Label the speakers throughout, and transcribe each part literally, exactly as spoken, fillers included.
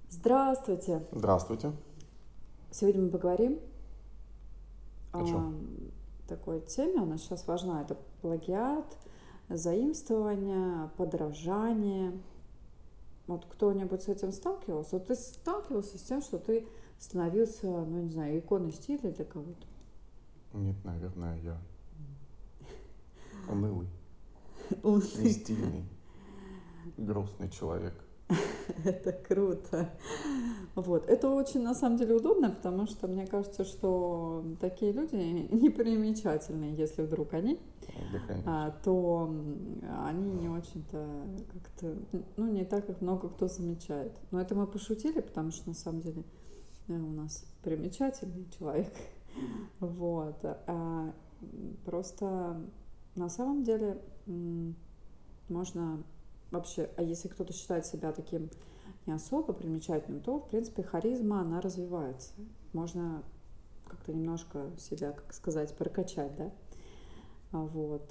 Speaker 1: Здравствуйте!
Speaker 2: Здравствуйте.
Speaker 1: Сегодня мы поговорим
Speaker 2: О чём?
Speaker 1: о такой теме, она сейчас важна. Это плагиат, заимствование, подражание. Вот кто-нибудь с этим сталкивался? Вот ты сталкивался с тем, что ты становился, ну, не знаю, иконой стиля для кого-то?
Speaker 2: Нет, наверное, я унылый,
Speaker 1: Унылый.
Speaker 2: нестильный, грустный человек.
Speaker 1: Это круто! Вот. Это очень, на самом деле, удобно, потому что мне кажется, что такие люди непримечательные, если вдруг они,
Speaker 2: Да, конечно.
Speaker 1: а, то, м, они не очень-то как-то, ну, не так их много кто замечает. Но это мы пошутили, потому что, на самом деле, э, у нас примечательный человек. Вот. А, м, просто на самом деле, м, можно вообще, а если кто-то считает себя таким не особо примечательным, то, в принципе, харизма, она развивается. Можно как-то немножко себя, как сказать, прокачать, да? А, вот.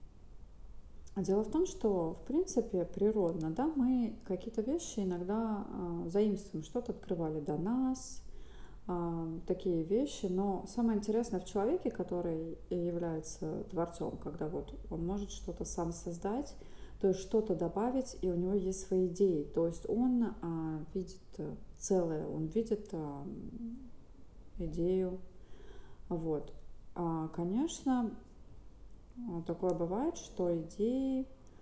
Speaker 1: А дело в том, что, в принципе, природно, да, мы какие-то вещи иногда, а, заимствуем. Что-то открывали до нас, а, такие вещи. Но самое интересное в человеке, который является творцом, когда вот он может что-то сам создать, то есть что-то добавить, и у него есть свои идеи. То есть он, а, видит целое, он видит, а, идею. Вот. А, конечно, а, такое бывает, что идеи,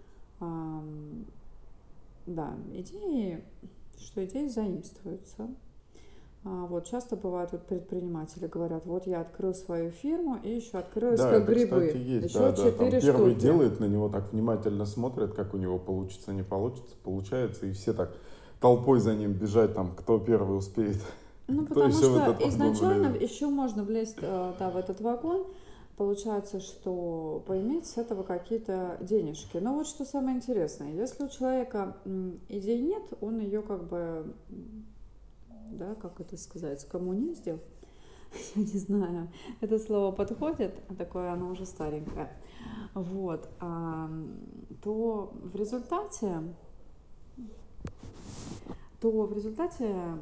Speaker 1: ам, да, идеи, что идеи заимствуются. А, вот часто бывает, вот предприниматели говорят: "Вот я открыл свою фирму и еще открылась
Speaker 2: Да,
Speaker 1: как
Speaker 2: это, кстати,
Speaker 1: грибы,
Speaker 2: есть.
Speaker 1: еще
Speaker 2: Да-да, там
Speaker 1: четыре
Speaker 2: первый
Speaker 1: штуки".
Speaker 2: делает, на него так внимательно смотрят, как у него получится, не получится, получается, и все так толпой за ним бежать, там, кто первый успеет,
Speaker 1: Ну,
Speaker 2: кто
Speaker 1: потому
Speaker 2: еще в
Speaker 1: что
Speaker 2: этот вагон
Speaker 1: изначально
Speaker 2: влезет.
Speaker 1: еще можно влезть, э, да, в этот вагон. Получается, что поиметь с этого какие-то денежки. Но вот что самое интересное: если у человека, м, идей нет, он ее как бы, м, да, как это сказать, скоммуниздил, я не знаю, это слово подходит? Такое оно уже старенькое. Вот. Ам, то в результате то в результате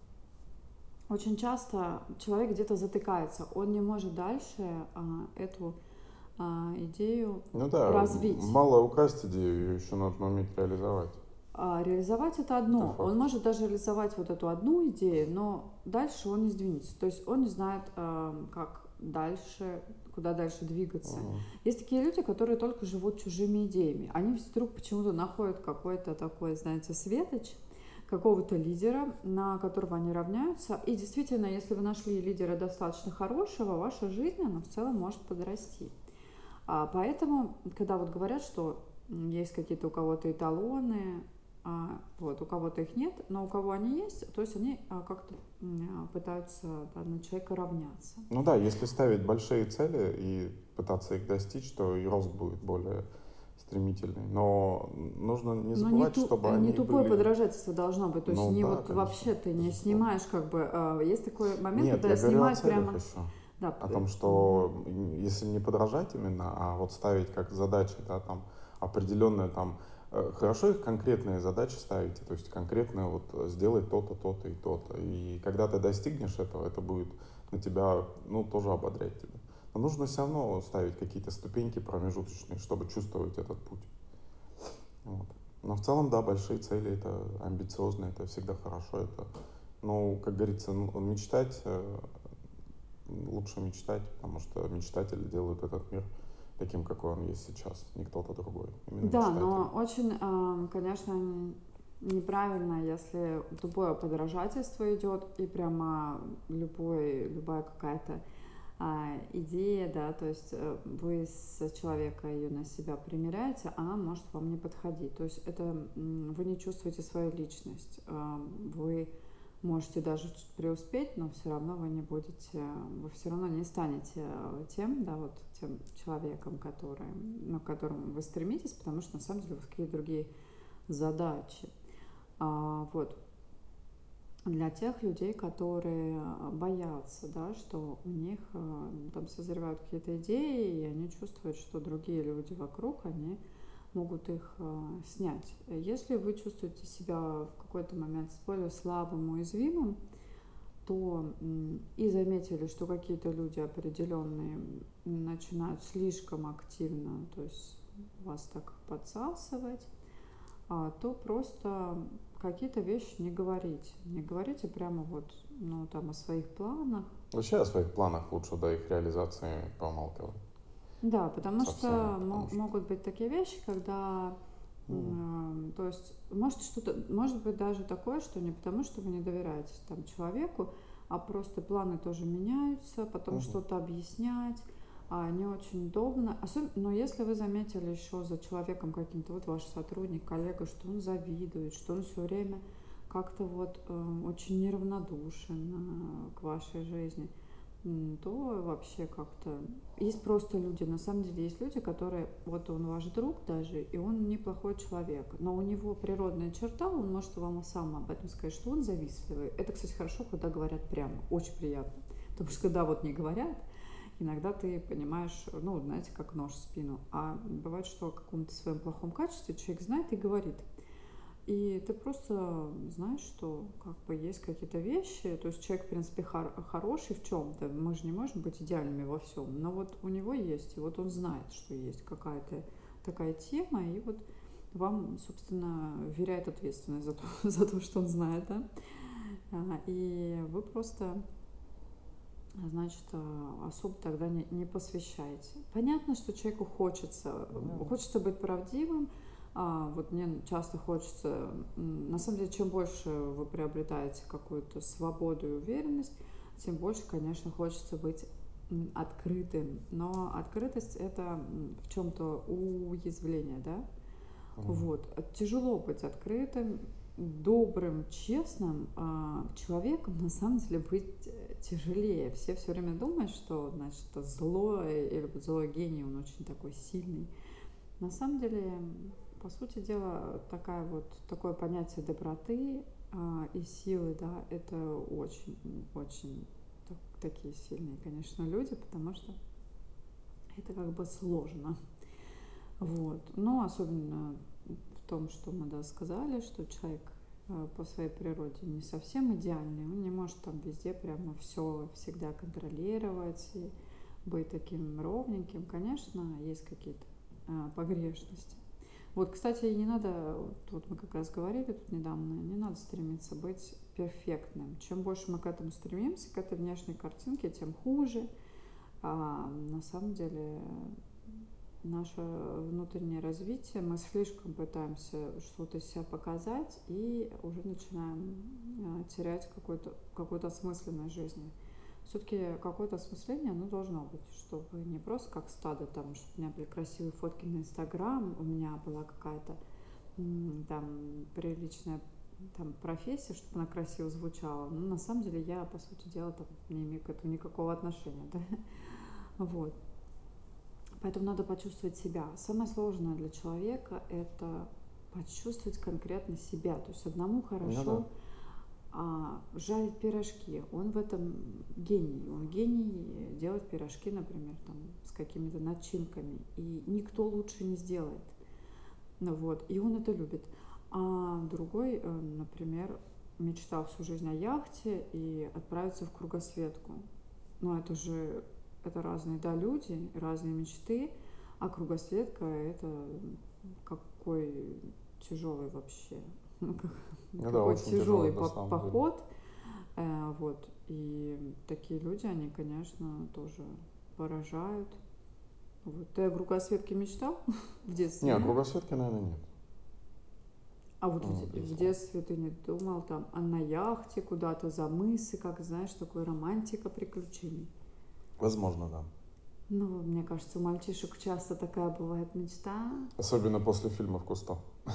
Speaker 1: очень часто человек где-то затыкается. Он не может дальше, а, эту, а, идею
Speaker 2: Ну да, м,
Speaker 1: развить.
Speaker 2: мало украсть идею, ее еще нужно уметь реализовать.
Speaker 1: А, реализовать- это
Speaker 2: Это
Speaker 1: одно. Он
Speaker 2: факт.
Speaker 1: может даже реализовать вот эту одну идею, но дальше он не сдвинется. То есть он не знает, ам, как дальше, куда дальше двигаться.
Speaker 2: Мгм.
Speaker 1: Есть такие люди, которые только живут чужими идеями. Они вдруг почему-то находят какой-то такой, знаете, светоч, какого-то лидера, на которого они равняются. И действительно, если вы нашли лидера достаточно хорошего, ваша жизнь, она в целом может подрасти. А, поэтому, когда вот говорят, что, м, есть какие-то у кого-то эталоны, а, вот, у кого-то их нет, но у кого они есть, то есть они, а, как-то, м, пытаются, да, на человека равняться.
Speaker 2: Ну да, если ставить большие цели и пытаться их достичь, то и рост будет более стремительный. Но нужно не
Speaker 1: Но не
Speaker 2: забывать,
Speaker 1: ту
Speaker 2: чтобы
Speaker 1: не
Speaker 2: они
Speaker 1: тупое
Speaker 2: были
Speaker 1: подражательство должно быть. То есть
Speaker 2: Ну
Speaker 1: не
Speaker 2: да,
Speaker 1: вот
Speaker 2: конечно,
Speaker 1: вообще ты не
Speaker 2: безусловно.
Speaker 1: снимаешь как бы, а, есть такой момент,
Speaker 2: Нет,
Speaker 1: когда
Speaker 2: я говорю о
Speaker 1: снимают
Speaker 2: целях
Speaker 1: прямо,
Speaker 2: еще.
Speaker 1: да,
Speaker 2: О
Speaker 1: п
Speaker 2: том,
Speaker 1: мгм.
Speaker 2: что, м, если не подражать именно, а вот ставить как задачи, да, там, определенные там э, хорошо их конкретные задачи ставите, то есть конкретно вот сделать то-то, то-то и то-то. И когда ты достигнешь этого, это будет на тебя, ну, тоже ободрять тебя. Но нужно всё равно ставить какие-то ступеньки промежуточные, чтобы чувствовать этот путь. Вот. Но в целом, да, большие цели- это амбициозно, это всегда хорошо. Это, ну, как говорится, ну, мечтать, э, лучше мечтать, потому что мечтатели делают этот мир таким, какой он есть сейчас, не кто-то другой, именно
Speaker 1: Да,
Speaker 2: мечтатели.
Speaker 1: но очень, ам, конечно, н неправильно, если тупое подражательство идет и прямо любой любая какая-то, а, идея, да, то есть, э, вы с человека ее на себя примеряете, она может вам не подходить. То есть это, м, вы не чувствуете свою личность. Ам, вы можете даже чуть преуспеть, но всё равно вы не будете, вы всё равно не станете, э, тем, да, вот тем человеком, который, ну, к которому вы стремитесь, потому что на самом деле у вас какие-то другие задачи. А, вот. Для тех людей, которые, а, боятся, да, что у них, а, там созревают какие-то идеи, и они чувствуют, что другие люди вокруг, они могут их э, снять. Если вы чувствуете себя в какой-то момент более слабым, уязвимым, то и заметили, что какие-то люди определенные начинают слишком активно, то есть вас так подсасывать, а, то просто какие-то вещи не говорите. Не говорите прямо вот, ну, там, о своих планах.
Speaker 2: Вообще о своих планах лучше до их реализации помалкивать.
Speaker 1: Да, потому
Speaker 2: Со
Speaker 1: что
Speaker 2: всеми, потому
Speaker 1: мо-
Speaker 2: что...
Speaker 1: могут быть такие вещи, когда,
Speaker 2: Ну,
Speaker 1: м, то есть, может что-то, может быть даже такое, что не потому, что вы не доверяете там человеку, а просто планы тоже меняются, потом
Speaker 2: мгм.
Speaker 1: что-то объяснять, а, не очень удобно. Особ- Но если вы заметили еще за человеком каким-то, вот ваш сотрудник, коллега, что он завидует, что он все время как-то вот э, очень неравнодушен э, к вашей жизни, м, то вообще как-то... Есть просто люди, на самом деле есть люди, которые... Вот он ваш друг даже, и он неплохой человек, но у него природная черта, он может вам сам об этом сказать, что он завистливый. Это, кстати, хорошо, когда говорят прямо, очень приятно. Потому что когда вот не говорят, иногда ты понимаешь, ну, знаете, как нож в спину. А бывает, что о каком-то своем плохом качестве человек знает и говорит. И ты просто знаешь, что как бы есть какие-то вещи, то есть человек, в принципе, хор- хороший в чем-то, мы же не можем быть идеальными во всем, но вот у него есть, и вот он знает, что есть какая-то такая тема, и вот вам, собственно, вверяет ответственность за то, за то, что он знает, да, А, и вы просто, значит, а, особо тогда не, не посвящаете. Понятно, что человеку хочется,
Speaker 2: Ну,
Speaker 1: хочется быть правдивым. А, вот мне часто хочется, м, на самом деле, чем больше вы приобретаете какую-то свободу и уверенность, тем больше, конечно, хочется быть м, открытым. Но открытость это м, в чем-то уязвление, да?
Speaker 2: мгм.
Speaker 1: Вот. Тяжело быть открытым, добрым, честным а, человеком, на самом деле быть э, тяжелее. Все все время думают, что, значит, зло или вот злой гений, он очень такой сильный. На самом деле, по сути дела, такая вот, такое понятие доброты а, и силы, да, это очень, очень так- такие сильные, конечно, люди, потому что это как бы сложно. Вот. Но особенно в том, что мы, да, сказали, что человек э, по своей природе не совсем идеальный, он не может там везде прямо все всегда контролировать и быть таким ровненьким. Конечно, есть какие-то э, погрешности. Вот, кстати, и не надо, вот мы как раз говорили тут недавно, не надо стремиться быть перфектным. Чем больше мы к этому стремимся, к этой внешней картинке, тем хуже. А на самом деле наше внутреннее развитие, мы слишком пытаемся что-то из себя показать и уже начинаем э, терять какую-то какую-то осмысленность жизни. Все-таки какое-то осмысление, оно должно быть, чтобы не просто как стадо, там, чтобы у меня были красивые фотки на Инстаграм, у меня была какая-то м, там приличная там профессия, чтобы она красиво звучала. Но на самом деле я, по сути дела, там, не имею к этому никакого отношения, да? Вот. Поэтому надо почувствовать себя. Самое сложное для человека – это почувствовать конкретно себя. То есть одному
Speaker 2: Ну да.
Speaker 1: хорошо а, жарить пирожки. Он в этом гений. Он гений делать пирожки, например, там, с какими-то начинками. И никто лучше не сделает. Ну, вот. И он это любит. А другой, э, например, мечтал всю жизнь о яхте и отправиться в кругосветку. Но это же это разные, да, люди, разные мечты, а кругосветка это какой тяжелый вообще, ну, как-
Speaker 2: Ну да,
Speaker 1: какой
Speaker 2: очень тяжело
Speaker 1: тяжелый
Speaker 2: на
Speaker 1: по-
Speaker 2: самом деле.
Speaker 1: поход, э, вот, и такие люди, они, конечно, тоже поражают. Вот. Ты о кругосветке мечтал в детстве,
Speaker 2: Не,
Speaker 1: нет?
Speaker 2: кругосветки, наверное, нет.
Speaker 1: А вот в,
Speaker 2: Ну,
Speaker 1: де- в
Speaker 2: безусловно.
Speaker 1: детстве ты не думал там, а на яхте куда-то за мысы, как знаешь, такой романтика приключений?
Speaker 2: Возможно, да.
Speaker 1: Ну, мне кажется, у мальчишек часто такая бывает мечта.
Speaker 2: Особенно после фильмов Кусто.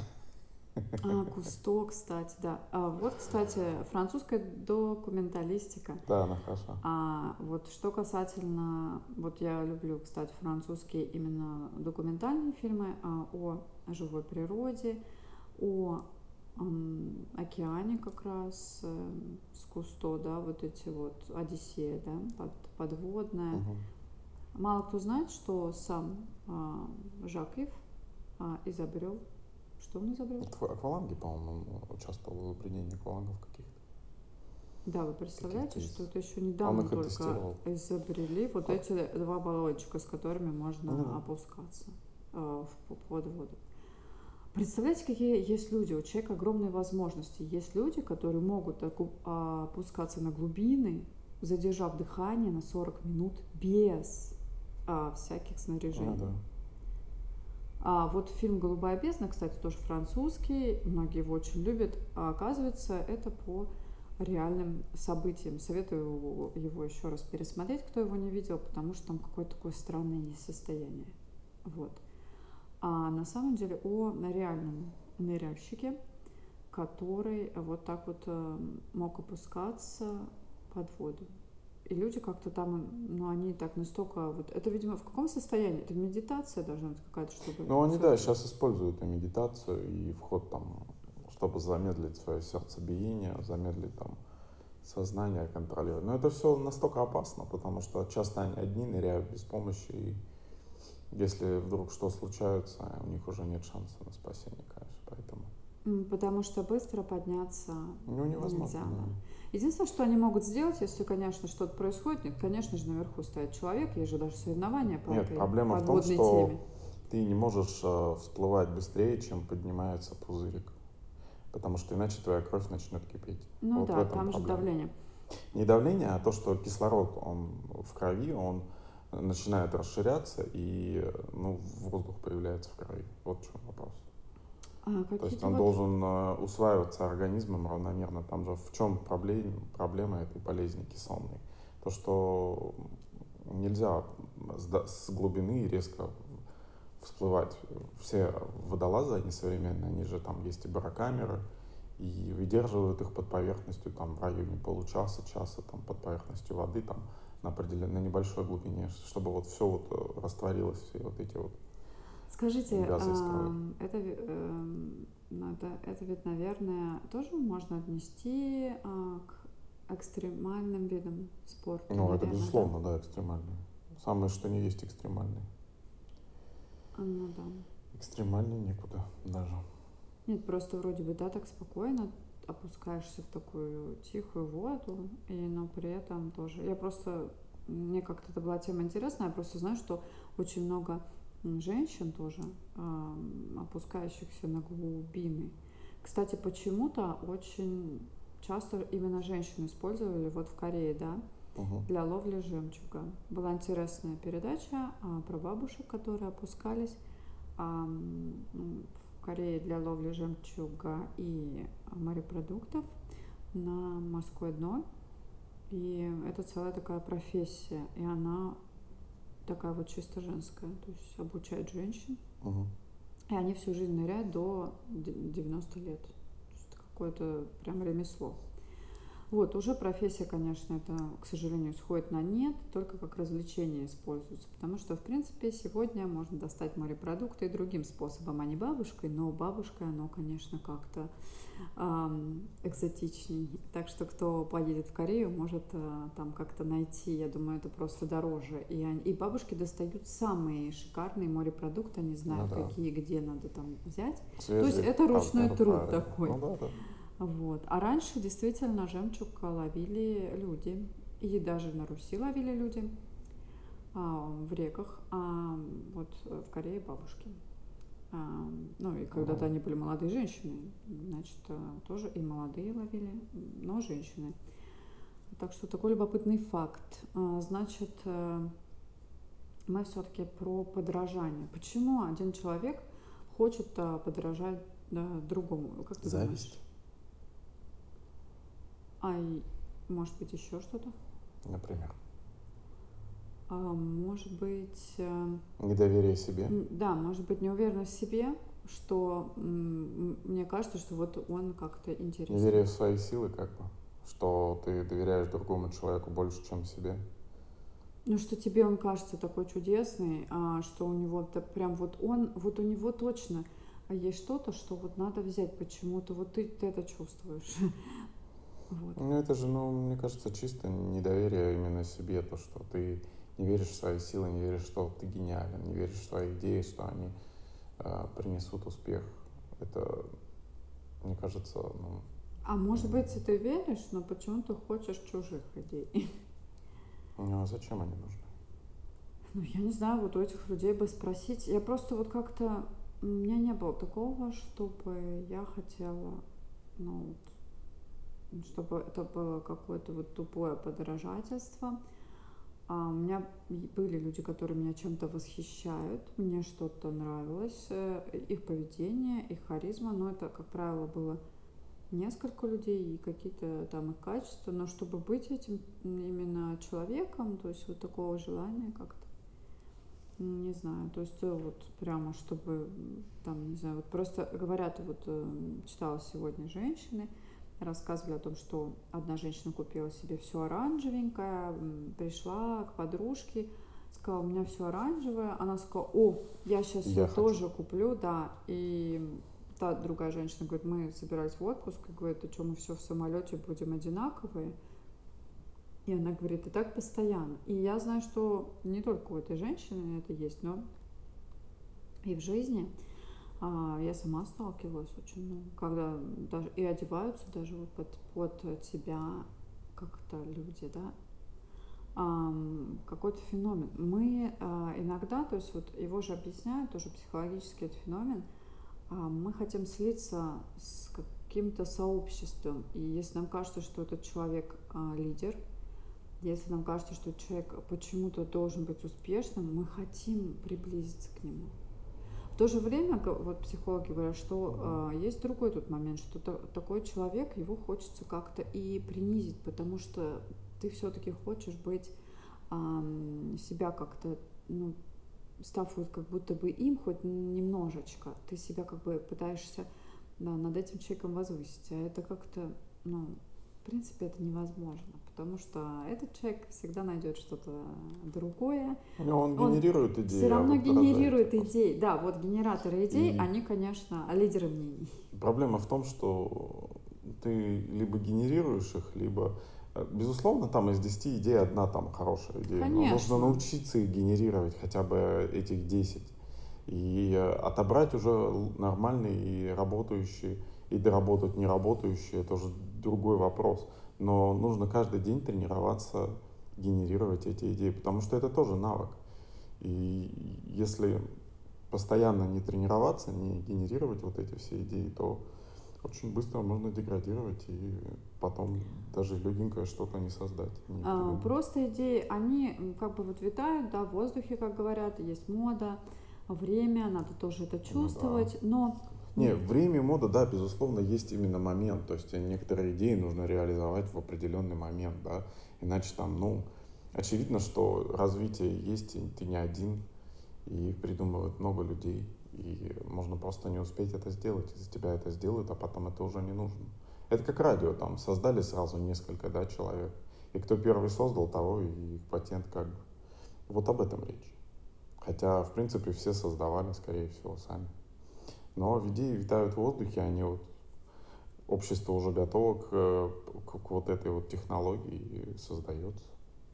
Speaker 1: А, Кусто, кстати, да. А вот, кстати, французская документалистика.
Speaker 2: Да, она хороша.
Speaker 1: А вот что касательно, вот я люблю, кстати, французские именно документальные фильмы а, о живой природе, о м, океане как раз, э, с Кусто, да, вот эти вот Одиссея, да, под, подводная.
Speaker 2: Мгм.
Speaker 1: Мало кто знает, что сам а, Жак Ив а, изобрел. Что он изобрел?
Speaker 2: В акваланге, по-моему, он участвовал в изобретении аквалангов каких-то.
Speaker 1: Да, вы
Speaker 2: Каких-то
Speaker 1: представляете,
Speaker 2: из...
Speaker 1: что это еще
Speaker 2: Он
Speaker 1: недавно
Speaker 2: их и
Speaker 1: только
Speaker 2: тестировал.
Speaker 1: изобрели вот
Speaker 2: А,
Speaker 1: эти два баллончика, с которыми
Speaker 2: ну
Speaker 1: можно
Speaker 2: да.
Speaker 1: опускаться э, в, под воду. Представляете, какие есть люди? У человека огромные возможности. Есть люди, которые могут опускаться на глубины, задержав дыхание на сорок минут без а, всяких
Speaker 2: Ну да.
Speaker 1: снаряжений. А вот фильм «Голубая бездна», кстати, тоже французский, многие его очень любят, а оказывается, это по реальным событиям. Советую его еще раз пересмотреть, кто его не видел, потому что там какое-то такое странное есть состояние. Вот. А на самом деле о реальном ныряльщике, который вот так вот э, мог опускаться под воду. И люди как-то там, ну, они так настолько... Вот это, видимо, в каком состоянии? Это медитация должна быть какая-то, чтобы
Speaker 2: Ну, они, да,
Speaker 1: все-таки...
Speaker 2: сейчас используют и медитацию, и вход там, чтобы замедлить свое сердцебиение, замедлить там сознание, контролировать. Но это все настолько опасно, потому что часто они одни ныряют без помощи, и если вдруг что случается, у них уже нет шанса на спасение, конечно, поэтому...
Speaker 1: Потому что быстро подняться
Speaker 2: Ну, невозможно,
Speaker 1: нельзя,
Speaker 2: да.
Speaker 1: да. Единственное, что они могут сделать, если, конечно, что-то происходит, нет, конечно же, наверху стоит человек, есть же даже соревнования по
Speaker 2: Нет,
Speaker 1: этой
Speaker 2: проблема в том,
Speaker 1: подводной теме.
Speaker 2: что ты не можешь э, всплывать быстрее, чем поднимается пузырик, потому что иначе твоя кровь начнет кипеть.
Speaker 1: Ну
Speaker 2: Вот в
Speaker 1: да,
Speaker 2: этом
Speaker 1: там же
Speaker 2: проблема.
Speaker 1: давление.
Speaker 2: Не давление, а то, что кислород, он в крови, он начинает расширяться, и ну, воздух появляется в крови. Вот в чем вопрос.
Speaker 1: А
Speaker 2: То есть
Speaker 1: какие-то
Speaker 2: он
Speaker 1: вот...
Speaker 2: должен э, усваиваться организмом равномерно. Там же в чем проблем, проблема этой болезни кессонной? То, что нельзя с глубины резко всплывать. Все водолазы, они современные, они же там есть и барокамеры, и выдерживают их под поверхностью там в районе получаса, часа там под поверхностью воды там на определенной, на небольшой глубине, чтобы вот все вот э, растворилось, все вот эти вот
Speaker 1: Скажите,
Speaker 2: газы из крови.
Speaker 1: ам, это, ви- эм, ну, это, это ведь, наверное, тоже можно отнести а, к экстремальным видам спорта,
Speaker 2: Ну, это
Speaker 1: наверное, да?
Speaker 2: безусловно, да, экстремальные. Самое что ни есть экстремальные.
Speaker 1: А, ну да.
Speaker 2: Экстремальнее некуда даже.
Speaker 1: Нет, просто вроде бы, да, так спокойно опускаешься в такую тихую воду, и, но при этом тоже... Я просто... Мне как-то это была тема интересная, я просто знаю, что очень много м, женщин тоже, ам, опускающихся на глубины. Кстати, почему-то очень часто именно женщины использовали, вот в Корее, да,
Speaker 2: Угу.
Speaker 1: для ловли жемчуга. Была интересная передача а, про бабушек, которые опускались а, в Корее для ловли жемчуга и морепродуктов на морское дно. И это целая такая профессия, и она такая вот чисто женская, то есть обучают женщин,
Speaker 2: Угу.
Speaker 1: и они всю жизнь ныряют до девяноста лет. То есть это какое-то прям ремесло. Вот, уже профессия, конечно, это, к сожалению, сходит на нет, только как развлечение используется, потому что, в принципе, сегодня можно достать морепродукты и другим способом, а не бабушкой, но бабушкой оно, конечно, как-то эм, экзотичней. Так что, кто поедет в Корею, может э, там как-то найти, я думаю, это просто дороже. И, они, и бабушки достают самые шикарные морепродукты, они
Speaker 2: Ну
Speaker 1: знают,
Speaker 2: да.
Speaker 1: какие, где надо там взять. То есть
Speaker 2: Свежие
Speaker 1: это
Speaker 2: а,
Speaker 1: ручной труд
Speaker 2: эрфары.
Speaker 1: такой.
Speaker 2: Ну да, да.
Speaker 1: Вот. А раньше действительно жемчуг ловили люди. И даже на Руси ловили люди а, в реках, а вот в Корее бабушки. А, ну и когда-то
Speaker 2: Ну,
Speaker 1: они были молодые женщины, значит, тоже и молодые ловили, но женщины. Так что такой любопытный факт. А, значит, э, мы все-таки про подражание. Почему один человек хочет а, подражать да, другому? Как ты думаешь?
Speaker 2: зависть,
Speaker 1: А и, может быть еще что-то?
Speaker 2: например.
Speaker 1: А, может быть, э,
Speaker 2: Недоверие себе.
Speaker 1: м, да, может быть, неуверенность в себе, что м, мне кажется, что вот он как-то интереснее.
Speaker 2: Неверие в свои силы, как бы. Что ты доверяешь другому человеку больше, чем себе.
Speaker 1: Ну, что тебе он кажется такой чудесный, а что у него-то прям вот он, вот у него точно а есть что-то, что вот надо взять почему-то, вот ты, ты это чувствуешь. Вот.
Speaker 2: Ну, это же, ну, мне кажется, чисто недоверие именно себе. То, что ты не веришь в свои силы, не веришь, что ты гениален, не веришь в свои идеи, что они э, э, принесут успех. Это, мне кажется, ну...
Speaker 1: А может быть, и ты веришь, но почему ты хочешь чужих идей?
Speaker 2: Ну, а зачем они нужны?
Speaker 1: Ну, я не знаю, вот у этих людей бы спросить. Я просто вот как-то... У меня не было такого, чтобы я хотела, ну, вот, чтобы это было какое-то вот тупое подражательство. А у меня были люди, которые меня чем-то восхищают, мне что-то нравилось, э, их поведение, их харизма, но это, как правило, было несколько людей и какие-то там их качества, но чтобы быть этим именно человеком, то есть вот такого желания как-то, не знаю, то есть э, вот прямо чтобы там, не знаю, вот просто говорят, вот э, читала сегодня женщины, рассказывали о том, что одна женщина купила себе все оранжевенькое, пришла к подружке, сказала, у меня все оранжевое, она сказала, о, я сейчас
Speaker 2: Я хочу.
Speaker 1: тоже куплю, да, и та другая женщина говорит, мы собирались в отпуск, и говорит, а что, мы все в самолете будем одинаковые? И она говорит, и так постоянно. И я знаю, что не только у этой женщины это есть, но и в жизни. А, я сама сталкивалась очень много, когда даже и одеваются даже вот под, под тебя как-то люди, да, Ам, какой-то феномен. Мы а, иногда, то есть вот его же объясняют, тоже психологически этот феномен, а, мы хотим слиться с каким-то сообществом, и если нам кажется, что этот человек а, лидер, если нам кажется, что человек почему-то должен быть успешным, мы хотим приблизиться к нему. В то же время, вот психологи говорят, что э, есть другой тут момент, что то, такой человек, его хочется как-то и принизить, потому что ты все-таки хочешь быть, э, себя как-то, ну, став вот как будто бы им хоть немножечко, ты себя как бы пытаешься, да, над этим человеком возвысить, а это как-то, ну, в принципе, это невозможно, потому что этот человек всегда найдет что-то другое,
Speaker 2: Ну, он
Speaker 1: он
Speaker 2: генерирует
Speaker 1: все
Speaker 2: идеи, а
Speaker 1: равно
Speaker 2: вы выражаете
Speaker 1: генерирует
Speaker 2: просто.
Speaker 1: идеи. Да, вот генераторы идей,
Speaker 2: И
Speaker 1: они, конечно, лидеры мнений.
Speaker 2: проблема в том, что ты либо генерируешь их, либо... э, Безусловно, там из десяти идей одна там хорошая идея, но нужно
Speaker 1: Конечно.
Speaker 2: научиться их генерировать, хотя бы этих десять. И э, отобрать уже л- нормальные и работающие, и доработать неработающие, это уже другой вопрос. Но нужно каждый день тренироваться, генерировать эти идеи, потому что это тоже навык. И если постоянно не тренироваться, не генерировать вот эти все идеи, то очень быстро можно деградировать и потом даже легенькое что-то не создать, не
Speaker 1: А,
Speaker 2: придумать.
Speaker 1: Просто идеи, они м, как бы вот витают, да, в воздухе, как говорят, есть мода, время, надо тоже это
Speaker 2: Ну да.
Speaker 1: чувствовать, но
Speaker 2: Не,
Speaker 1: не...
Speaker 2: время и мода, да, безусловно, есть именно момент. То есть некоторые идеи нужно реализовать в определенный момент, да. Иначе там, ну, очевидно, что развитие есть, и ты не один, и придумывают много людей, и можно просто не успеть это сделать. За тебя это сделают, а потом это уже не нужно. Это как радио, там создали сразу несколько, да, человек. И кто первый создал, того и патент как бы. Вот об этом речь. Хотя, в принципе, все создавали, скорее всего, сами. Но идеи витают в воздухе, они вот, общество уже готово к, к, к вот этой вот технологии и создается.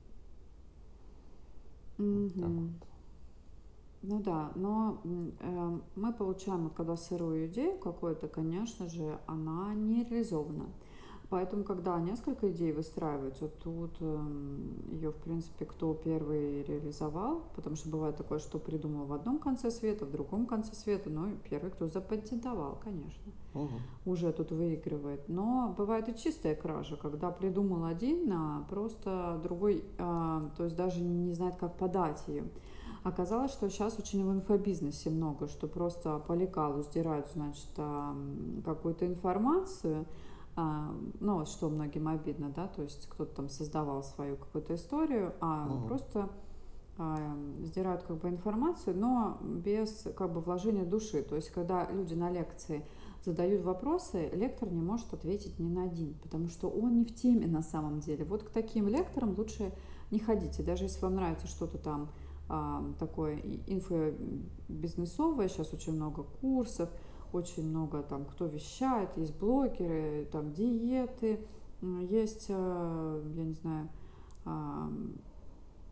Speaker 2: Так
Speaker 1: Мгм.
Speaker 2: вот.
Speaker 1: Ну да, но м, э, мы получаем, вот когда сырую идею какую-то, конечно же, она не реализована. Поэтому, когда несколько идей выстраиваются, тут эм, ее, в принципе, кто первый реализовал, потому что бывает такое, что придумал в одном конце света, в другом конце света, но и первый, кто запатентовал, конечно,
Speaker 2: Мгм.
Speaker 1: уже тут выигрывает. Но бывает и чистая кража, когда придумал один, а просто другой, а, то есть даже не знает, как подать ее. Оказалось, что сейчас очень в инфобизнесе много, что просто по лекалу сдирают, значит, ам, какую-то информацию, а, ну, вот что многим обидно, да, то есть кто-то там создавал свою какую-то историю, а
Speaker 2: Мгм.
Speaker 1: просто а, сдирают как бы информацию, но без как бы вложения души. То есть, когда люди на лекции задают вопросы, лектор не может ответить ни на один, потому что он не в теме на самом деле. Вот к таким лекторам лучше не ходите, даже если вам нравится что-то там а, такое инфобизнесовое, сейчас очень много курсов, очень много там, кто вещает, есть блогеры, там диеты, есть, а, я не знаю, а,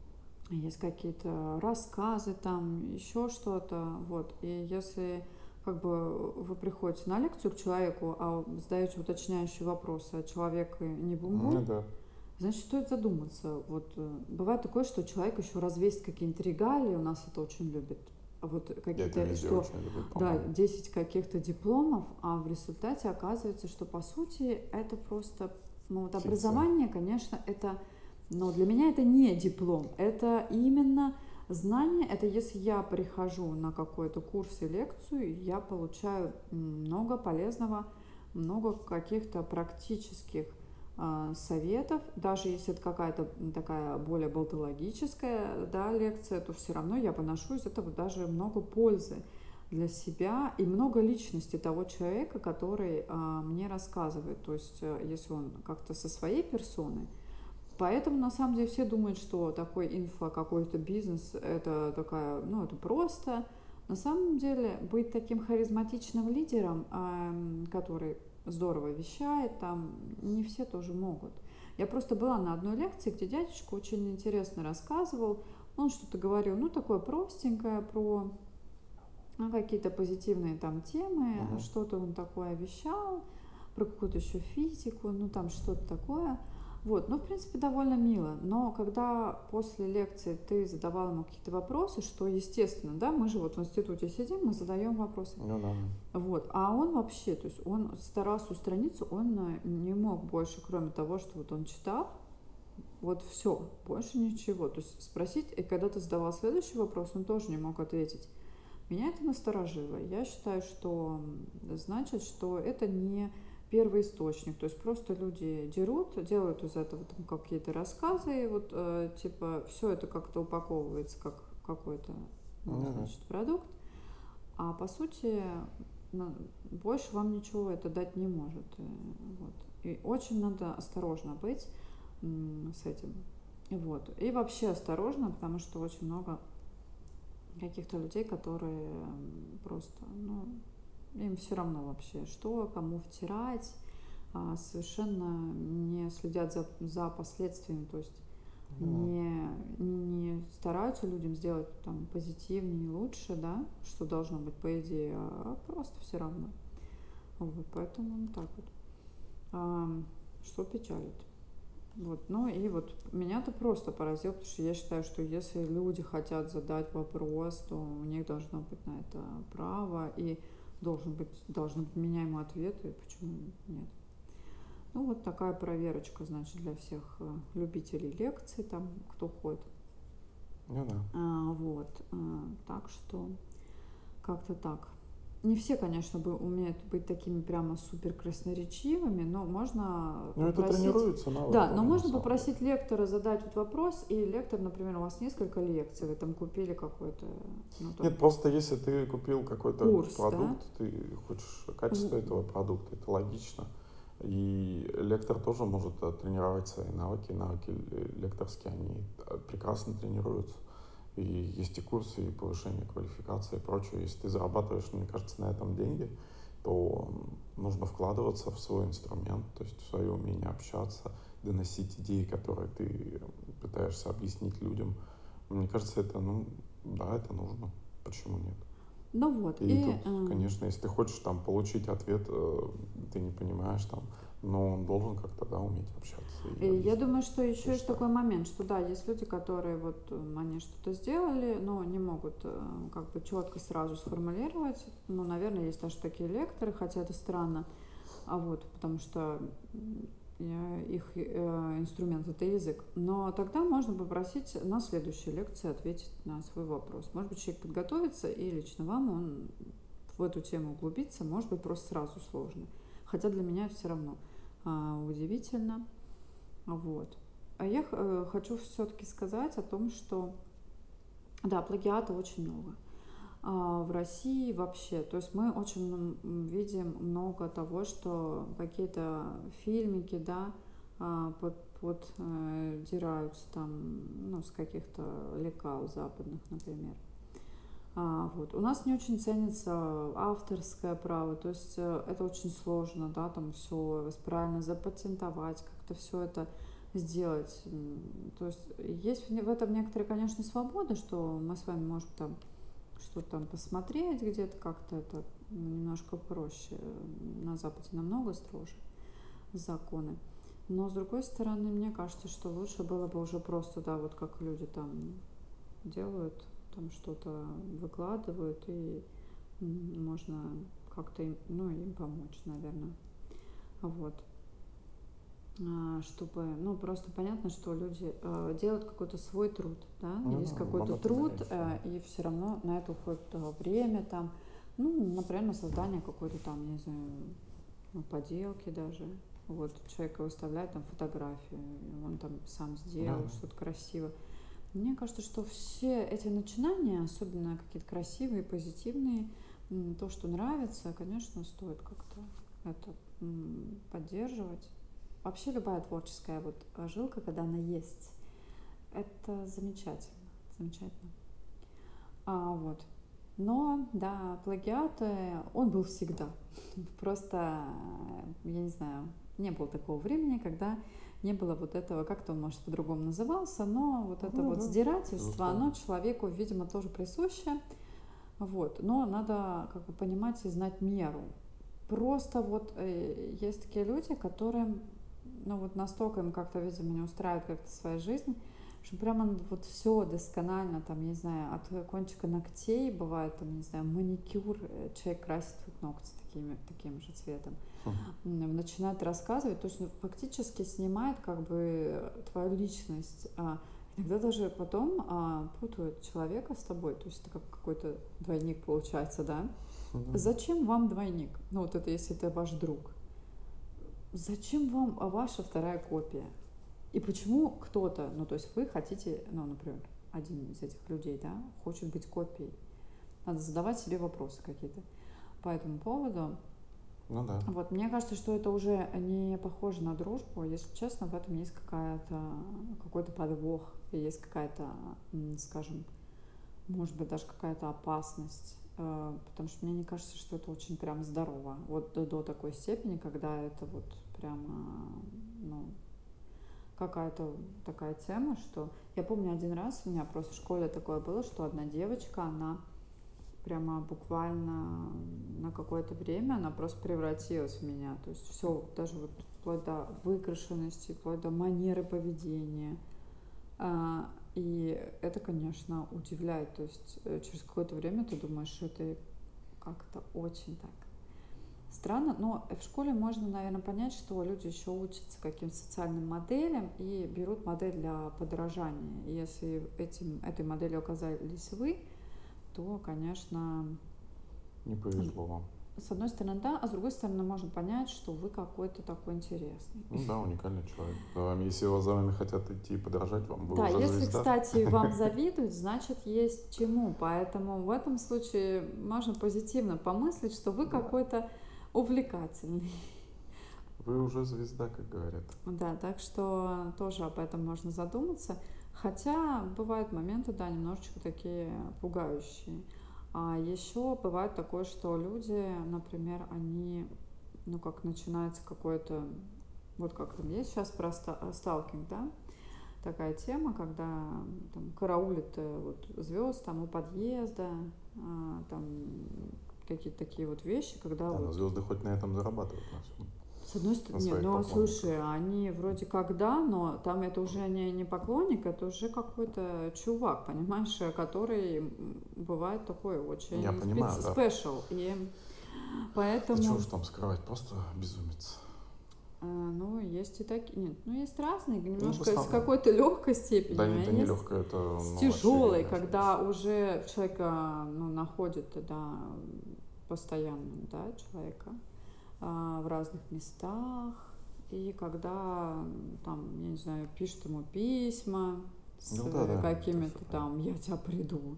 Speaker 1: есть какие-то рассказы, там еще что-то, вот. И если как бы вы приходите на лекцию к человеку, а задаете уточняющие вопросы, а человек не
Speaker 2: Ну
Speaker 1: бум-бум,
Speaker 2: да,
Speaker 1: значит, стоит задуматься. Вот э, бывает такое, что человек еще развесит какие-нибудь регалии, у нас это очень любит. Вот
Speaker 2: я это
Speaker 1: какие-то,
Speaker 2: везде
Speaker 1: что,
Speaker 2: очень люблю,
Speaker 1: да,
Speaker 2: по-моему.
Speaker 1: десять каких-то дипломов, а в результате оказывается, что по сути это просто, ну вот
Speaker 2: Фикция.
Speaker 1: образование, конечно, это, но для меня это не диплом, это именно знание, это если я прихожу на какой-то курс и лекцию, я получаю много полезного, много каких-то практических а, советов, даже если это какая-то такая более болтологическая, да, лекция, то все равно я поношу из этого даже много пользы для себя и много личности того человека, который а, мне рассказывает. То есть, э, если он как-то со своей персоной. Поэтому на самом деле все думают, что такой инфо какой-то бизнес это такая, ну это просто. На самом деле быть таким харизматичным лидером, эм, который здорово вещает, там не все тоже могут. Я просто была на одной лекции, где дядечка очень интересно рассказывал. Он что-то говорил, ну такое простенькое про ну, какие-то позитивные там темы,
Speaker 2: Мгм.
Speaker 1: что-то он такое вещал, про какую-то еще физику, ну там что-то такое. Вот, ну, в принципе, довольно мило. Но когда после лекции ты задавал ему какие-то вопросы, что естественно, да, мы же вот в институте сидим, мы задаем вопросы.
Speaker 2: Ну да, да.
Speaker 1: Вот, а он вообще, то есть он старался страницу, он э, не мог больше, кроме того, что вот он читал, вот все, больше ничего. То есть спросить, и когда ты задавал следующий вопрос, он тоже не мог ответить. Меня это насторожило. Я считаю, что значит, что это не первый источник. То есть просто люди дерут, делают из этого там какие-то рассказы, и вот э, типа все это как-то упаковывается как какой-то, ну,
Speaker 2: Ну да.
Speaker 1: значит, продукт, а по сути ну, больше вам ничего это дать не может. Э, Вот. И очень надо осторожно быть м, с этим. Вот. И вообще осторожно, потому что очень много каких-то людей, которые просто, ну, им все равно вообще, что, кому втирать, а, совершенно не следят за, за последствиями, то есть
Speaker 2: Ну да.
Speaker 1: не, не стараются людям сделать там позитивнее и лучше, да, что должно быть по идее, а просто все равно. Вот, поэтому ну, так вот. А, что печалит. Вот. Ну и вот меня-то просто поразило, потому что я считаю, что если люди хотят задать вопрос, то у них должно быть на это право и должен быть, должен быть меняемый ответ, и почему нет. Ну вот такая проверочка, значит, для всех э, любителей лекций, там, кто ходит.
Speaker 2: Ну да.
Speaker 1: А, вот. А, так что как-то так. Не все, конечно, бы умеют быть такими прямо супер красноречивыми, но можно
Speaker 2: Ну это
Speaker 1: попросить,
Speaker 2: тренируется навык
Speaker 1: да, но
Speaker 2: тоже на
Speaker 1: можно
Speaker 2: самом деле.
Speaker 1: попросить лектора задать вот вопрос, и лектор, например, у вас несколько лекций, вы там купили какой-то, ну там,
Speaker 2: Нет, просто если ты купил какой-то
Speaker 1: курс, да,
Speaker 2: продукт, ты хочешь качество
Speaker 1: В-
Speaker 2: этого продукта, это логично. И лектор тоже может э, тренировать свои навыки. Навыки ле- лекторские, они э, прекрасно тренируются. И есть и курсы, и повышение квалификации и прочее. Если ты зарабатываешь, мне кажется, на этом деньги, то м, нужно вкладываться в свой инструмент, то есть в свое умение общаться, доносить идеи, которые ты пытаешься объяснить людям. Мне кажется, это, ну, да, это нужно. Почему нет?
Speaker 1: ну вот,
Speaker 2: И
Speaker 1: и
Speaker 2: тут,
Speaker 1: эм,
Speaker 2: конечно, если ты хочешь там получить ответ, э, ты не понимаешь там, но он должен как-то, да, уметь общаться и
Speaker 1: И я
Speaker 2: объяснять,
Speaker 1: думаю, что
Speaker 2: я
Speaker 1: еще есть
Speaker 2: считаю.
Speaker 1: такой момент, что да, есть люди, которые вот м, они что-то сделали, но не могут э, как бы четко сразу сформулировать. Ну, наверное, есть даже такие лекторы, хотя это странно. А вот, потому что м, э, их э, инструмент это язык. Но тогда можно попросить на следующей лекции ответить на свой вопрос. Может быть, человек подготовится, и лично вам он в эту тему углубиться, может быть, просто сразу сложно. Хотя для меня все равно а, удивительно. Вот. А я э, хочу все-таки сказать о том, что да, плагиата очень много. А в России вообще, то есть мы очень видим много того, что какие-то фильмики, да, а, под, поддираются там, ну, с каких-то лекал западных, например. А, вот. У нас не очень ценится авторское право, то есть э, это очень сложно, да, там все правильно запатентовать, как-то все это сделать. То есть есть в этом некоторые, конечно, свобода, что мы с вами можем там что-то там посмотреть где-то, как-то это немножко проще. На Западе намного строже законы. Но, с другой стороны, мне кажется, что лучше было бы уже просто, да, вот как люди там делают, там что-то выкладывают, и можно как-то им, ну, им помочь, наверное. Вот. Чтобы, ну, просто понятно, что люди э, делают какой-то свой труд, да,
Speaker 2: Ну,
Speaker 1: есть
Speaker 2: да, об
Speaker 1: какой-то
Speaker 2: этом и
Speaker 1: труд,
Speaker 2: речь,
Speaker 1: э,
Speaker 2: да.
Speaker 1: и все равно на это уходит э, время, там, ну, например, на создание какой-то там, не знаю, ну, поделки даже. Вот человек выставляет там фотографию, он там сам
Speaker 2: Да,
Speaker 1: сделал
Speaker 2: да.
Speaker 1: что-то красивое. Мне кажется, что все эти начинания, особенно какие-то красивые, позитивные, то, что нравится, конечно, стоит как-то это поддерживать. Вообще любая творческая вот жилка, когда она есть, это замечательно, замечательно. А, вот. Но, да, плагиат, он был всегда. Просто, я не знаю, не было такого времени, когда не было вот этого, как-то он, может, по-другому назывался, но вот это
Speaker 2: Ну,
Speaker 1: вот
Speaker 2: да,
Speaker 1: сдирательство, оно
Speaker 2: безусловно.
Speaker 1: человеку, видимо, тоже присуще. Вот. Но надо как бы понимать и знать меру. Просто вот э, есть такие люди, которым, ну вот настолько им как-то, видимо, не устраивает как-то своя жизнь, что прямо вот все досконально, там, я не знаю, от кончика ногтей, бывает, там, не знаю, маникюр, человек красит вот ногти такими, таким же цветом,
Speaker 2: Хм.
Speaker 1: начинает рассказывать, то есть ну, фактически снимает как бы твою личность. А, иногда даже потом а, путают человека с тобой, то есть это как какой-то двойник получается, да?
Speaker 2: Да.
Speaker 1: Зачем вам двойник? Ну вот это если это ваш друг. Зачем вам ваша вторая копия? И почему кто-то, ну то есть вы хотите, ну, например, один из этих людей, да, хочет быть копией. Надо задавать себе вопросы какие-то по этому поводу.
Speaker 2: Ну да.
Speaker 1: Вот, мне кажется, что это уже не похоже на дружбу. Если честно, в этом есть какая-то, какой-то подвох, и есть какая-то, скажем, может быть, даже какая-то опасность. Потому что мне не кажется, что это очень прям здорово. Вот до, до такой степени, когда это вот прямо, ну, какая-то такая тема, что... Я помню один раз у меня просто в школе такое было, что одна девочка, она прямо буквально на какое-то время она просто превратилась в меня. То есть все, даже вот вплоть до выкрашенности, вплоть до манеры поведения. А, и это, конечно, удивляет. То есть через какое-то время ты думаешь, что это как-то очень так странно. Но в школе можно, наверное, понять, что люди еще учатся каким-то социальным моделям и берут модель для подражания. И если этим, этой моделью оказались вы, то, конечно,
Speaker 2: Не повезло вам.
Speaker 1: с одной стороны, да, а с другой стороны, можно понять, что вы какой-то такой интересный.
Speaker 2: Ну да, уникальный человек. За вами, если вас за вами хотят идти и подражать вам, вы
Speaker 1: Да,
Speaker 2: уже
Speaker 1: если,
Speaker 2: звезда.
Speaker 1: кстати, вам завидуют, значит, есть чему. Поэтому в этом случае можно позитивно помыслить, что вы
Speaker 2: Да.
Speaker 1: какой-то увлекательный.
Speaker 2: Вы уже звезда, как говорят.
Speaker 1: Да, так что тоже об этом можно задуматься. Хотя бывают моменты, да, немножечко такие пугающие. А еще бывает такое, что люди, например, они, ну, как начинается какое-то, вот как там есть сейчас про сталкинг, да, такая тема, когда там караулит вот звезд там у подъезда, а, там какие-то такие вот вещи, когда
Speaker 2: Да, но
Speaker 1: вот
Speaker 2: звезды хоть на этом зарабатывают, на всем.
Speaker 1: с одной
Speaker 2: На
Speaker 1: стороны, нет,
Speaker 2: своих
Speaker 1: ну
Speaker 2: поклонниках.
Speaker 1: слушай, они вроде как да, но там это уже не, не поклонник, это уже какой-то чувак, понимаешь, который бывает такой
Speaker 2: Я
Speaker 1: очень
Speaker 2: понимаю, да.
Speaker 1: спешл. И
Speaker 2: Да чего
Speaker 1: поэтому,
Speaker 2: уж там скрывать, просто безумец.
Speaker 1: э, ну, есть и такие, нет, ну, есть разные,
Speaker 2: Ну, в
Speaker 1: немножко с
Speaker 2: основном.
Speaker 1: какой-то легкой
Speaker 2: Да,
Speaker 1: степенью, а
Speaker 2: это не
Speaker 1: есть
Speaker 2: легкое, это,
Speaker 1: с
Speaker 2: ну,
Speaker 1: тяжелой,
Speaker 2: очевидная
Speaker 1: когда
Speaker 2: вещь.
Speaker 1: уже человека, ну, находит, да, постоянно, да, человека а, в разных местах, и когда там, я не знаю, пишут ему письма с
Speaker 2: Ну да, да, это все
Speaker 1: какими-то
Speaker 2: понятно.
Speaker 1: там «я тебя приду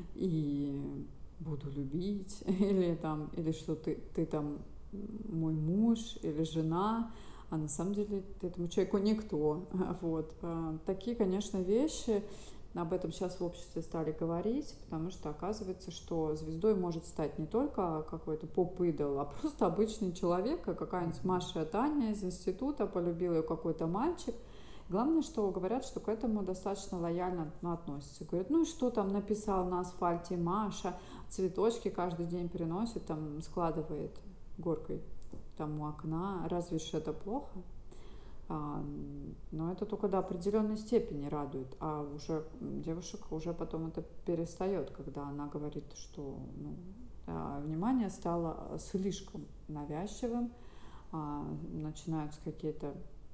Speaker 1: и буду любить», или там, или что ты, ты там мой муж или жена, а на самом деле ты этому человеку никто. Вот. Такие, конечно, вещи, об этом сейчас в обществе стали говорить, потому что оказывается, что звездой может стать не только какой-то поп-идол, а просто обычный человек, а какая-нибудь
Speaker 2: Мгм.
Speaker 1: Маша Таня из института, полюбил ее какой-то мальчик, Главное, что говорят, что к этому достаточно лояльно ну, относятся. Говорят, ну и что там написал на асфальте Маша, цветочки каждый день приносит, там складывает горкой там у окна. Разве ж это плохо? А, но это только до определенной степени радует, а уже девушек уже потом это перестает, когда она говорит, что ну, а, внимание стало слишком навязчивым, а, начинаются какие-то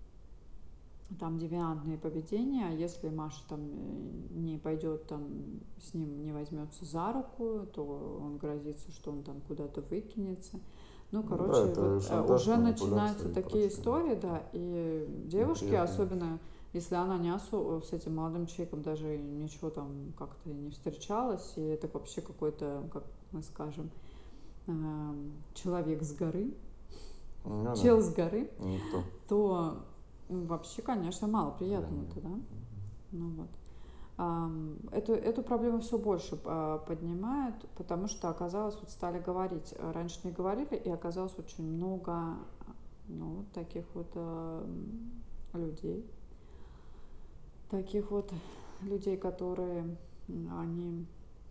Speaker 1: там девиантные поведения, если Маша там не пойдет там с ним, не возьмется за руку, то он грозится, что он там куда-то выкинется. Ну,
Speaker 2: Ну да,
Speaker 1: короче,
Speaker 2: это
Speaker 1: вот э,
Speaker 2: шантаж,
Speaker 1: уже начинаются
Speaker 2: манипуляция и
Speaker 1: такие
Speaker 2: прочее.
Speaker 1: истории, да, и девушки,
Speaker 2: Неприятные.
Speaker 1: особенно если она не особо с этим молодым человеком даже ничего там как-то не встречалась, и это вообще какой-то, как мы скажем, эм, человек с горы,
Speaker 2: Ну да,
Speaker 1: чел с горы,
Speaker 2: никто.
Speaker 1: то ну, вообще, конечно, мало
Speaker 2: Зря
Speaker 1: приятного-то,
Speaker 2: не.
Speaker 1: да? Ну вот. Ам, Эту, эту проблему все больше а, поднимают, потому что оказалось, вот стали говорить, а, раньше не говорили, и оказалось очень много ну, вот таких вот а, людей, таких вот людей, которые м, они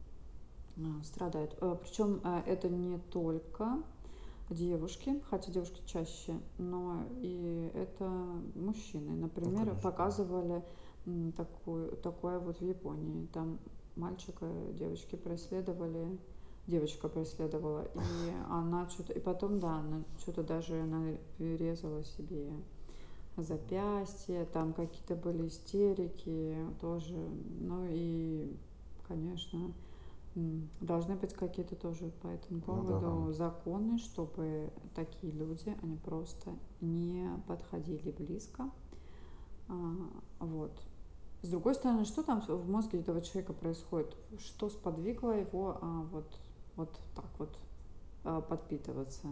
Speaker 1: а, страдают. А, Причем а, это не только девушки, хотя девушки чаще, но и это мужчины.
Speaker 2: Ну,
Speaker 1: Например,
Speaker 2: конечно, да.
Speaker 1: показывали м, такую, такое вот в Японии. Там мальчика девочки преследовали, девочка преследовала, и она что-то, и потом, да, она что-то даже она резала себе запястье, там какие-то были истерики тоже, ну и, конечно, должны быть какие-то тоже по этому
Speaker 2: Ну да.
Speaker 1: поводу законы, чтобы такие люди, они просто не подходили близко. А, вот. С другой стороны, что там в мозге этого человека происходит? Что сподвигло его а, вот, вот так вот а, подпитываться?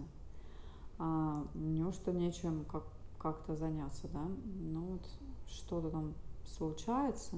Speaker 1: А, неужто нечем как, как-то заняться, да? Ну вот что-то там случается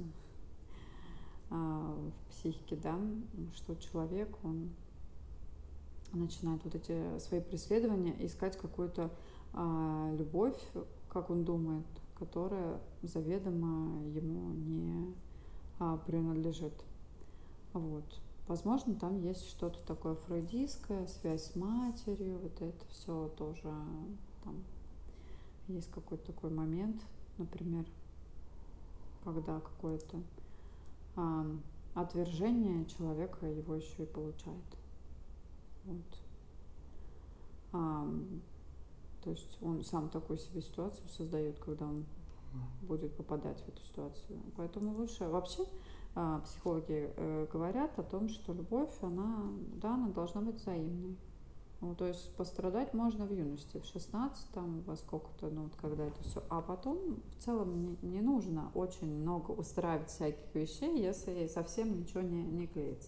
Speaker 1: а, в психике, да, что человек, он начинает вот эти свои преследования искать какую-то а, любовь, как он думает, которая заведомо ему не а, принадлежит. Вот. Возможно, там есть что-то такое фрейдистское, связь с матерью, вот это все тоже там есть какой-то такой момент, например, когда какое-то а, отвержение человека его еще и получает. Вот. А, То есть он сам такую себе ситуацию создает, когда он будет попадать в эту ситуацию. Поэтому лучше вообще а, психологи э, говорят о том, что любовь, она, да, она должна быть взаимной. Ну, то есть пострадать можно в юности, в шестнадцать, там, во сколько-то, ну, вот когда это все. А потом в целом не, не нужно очень много устраивать всяких вещей, если совсем ничего не, не клеится.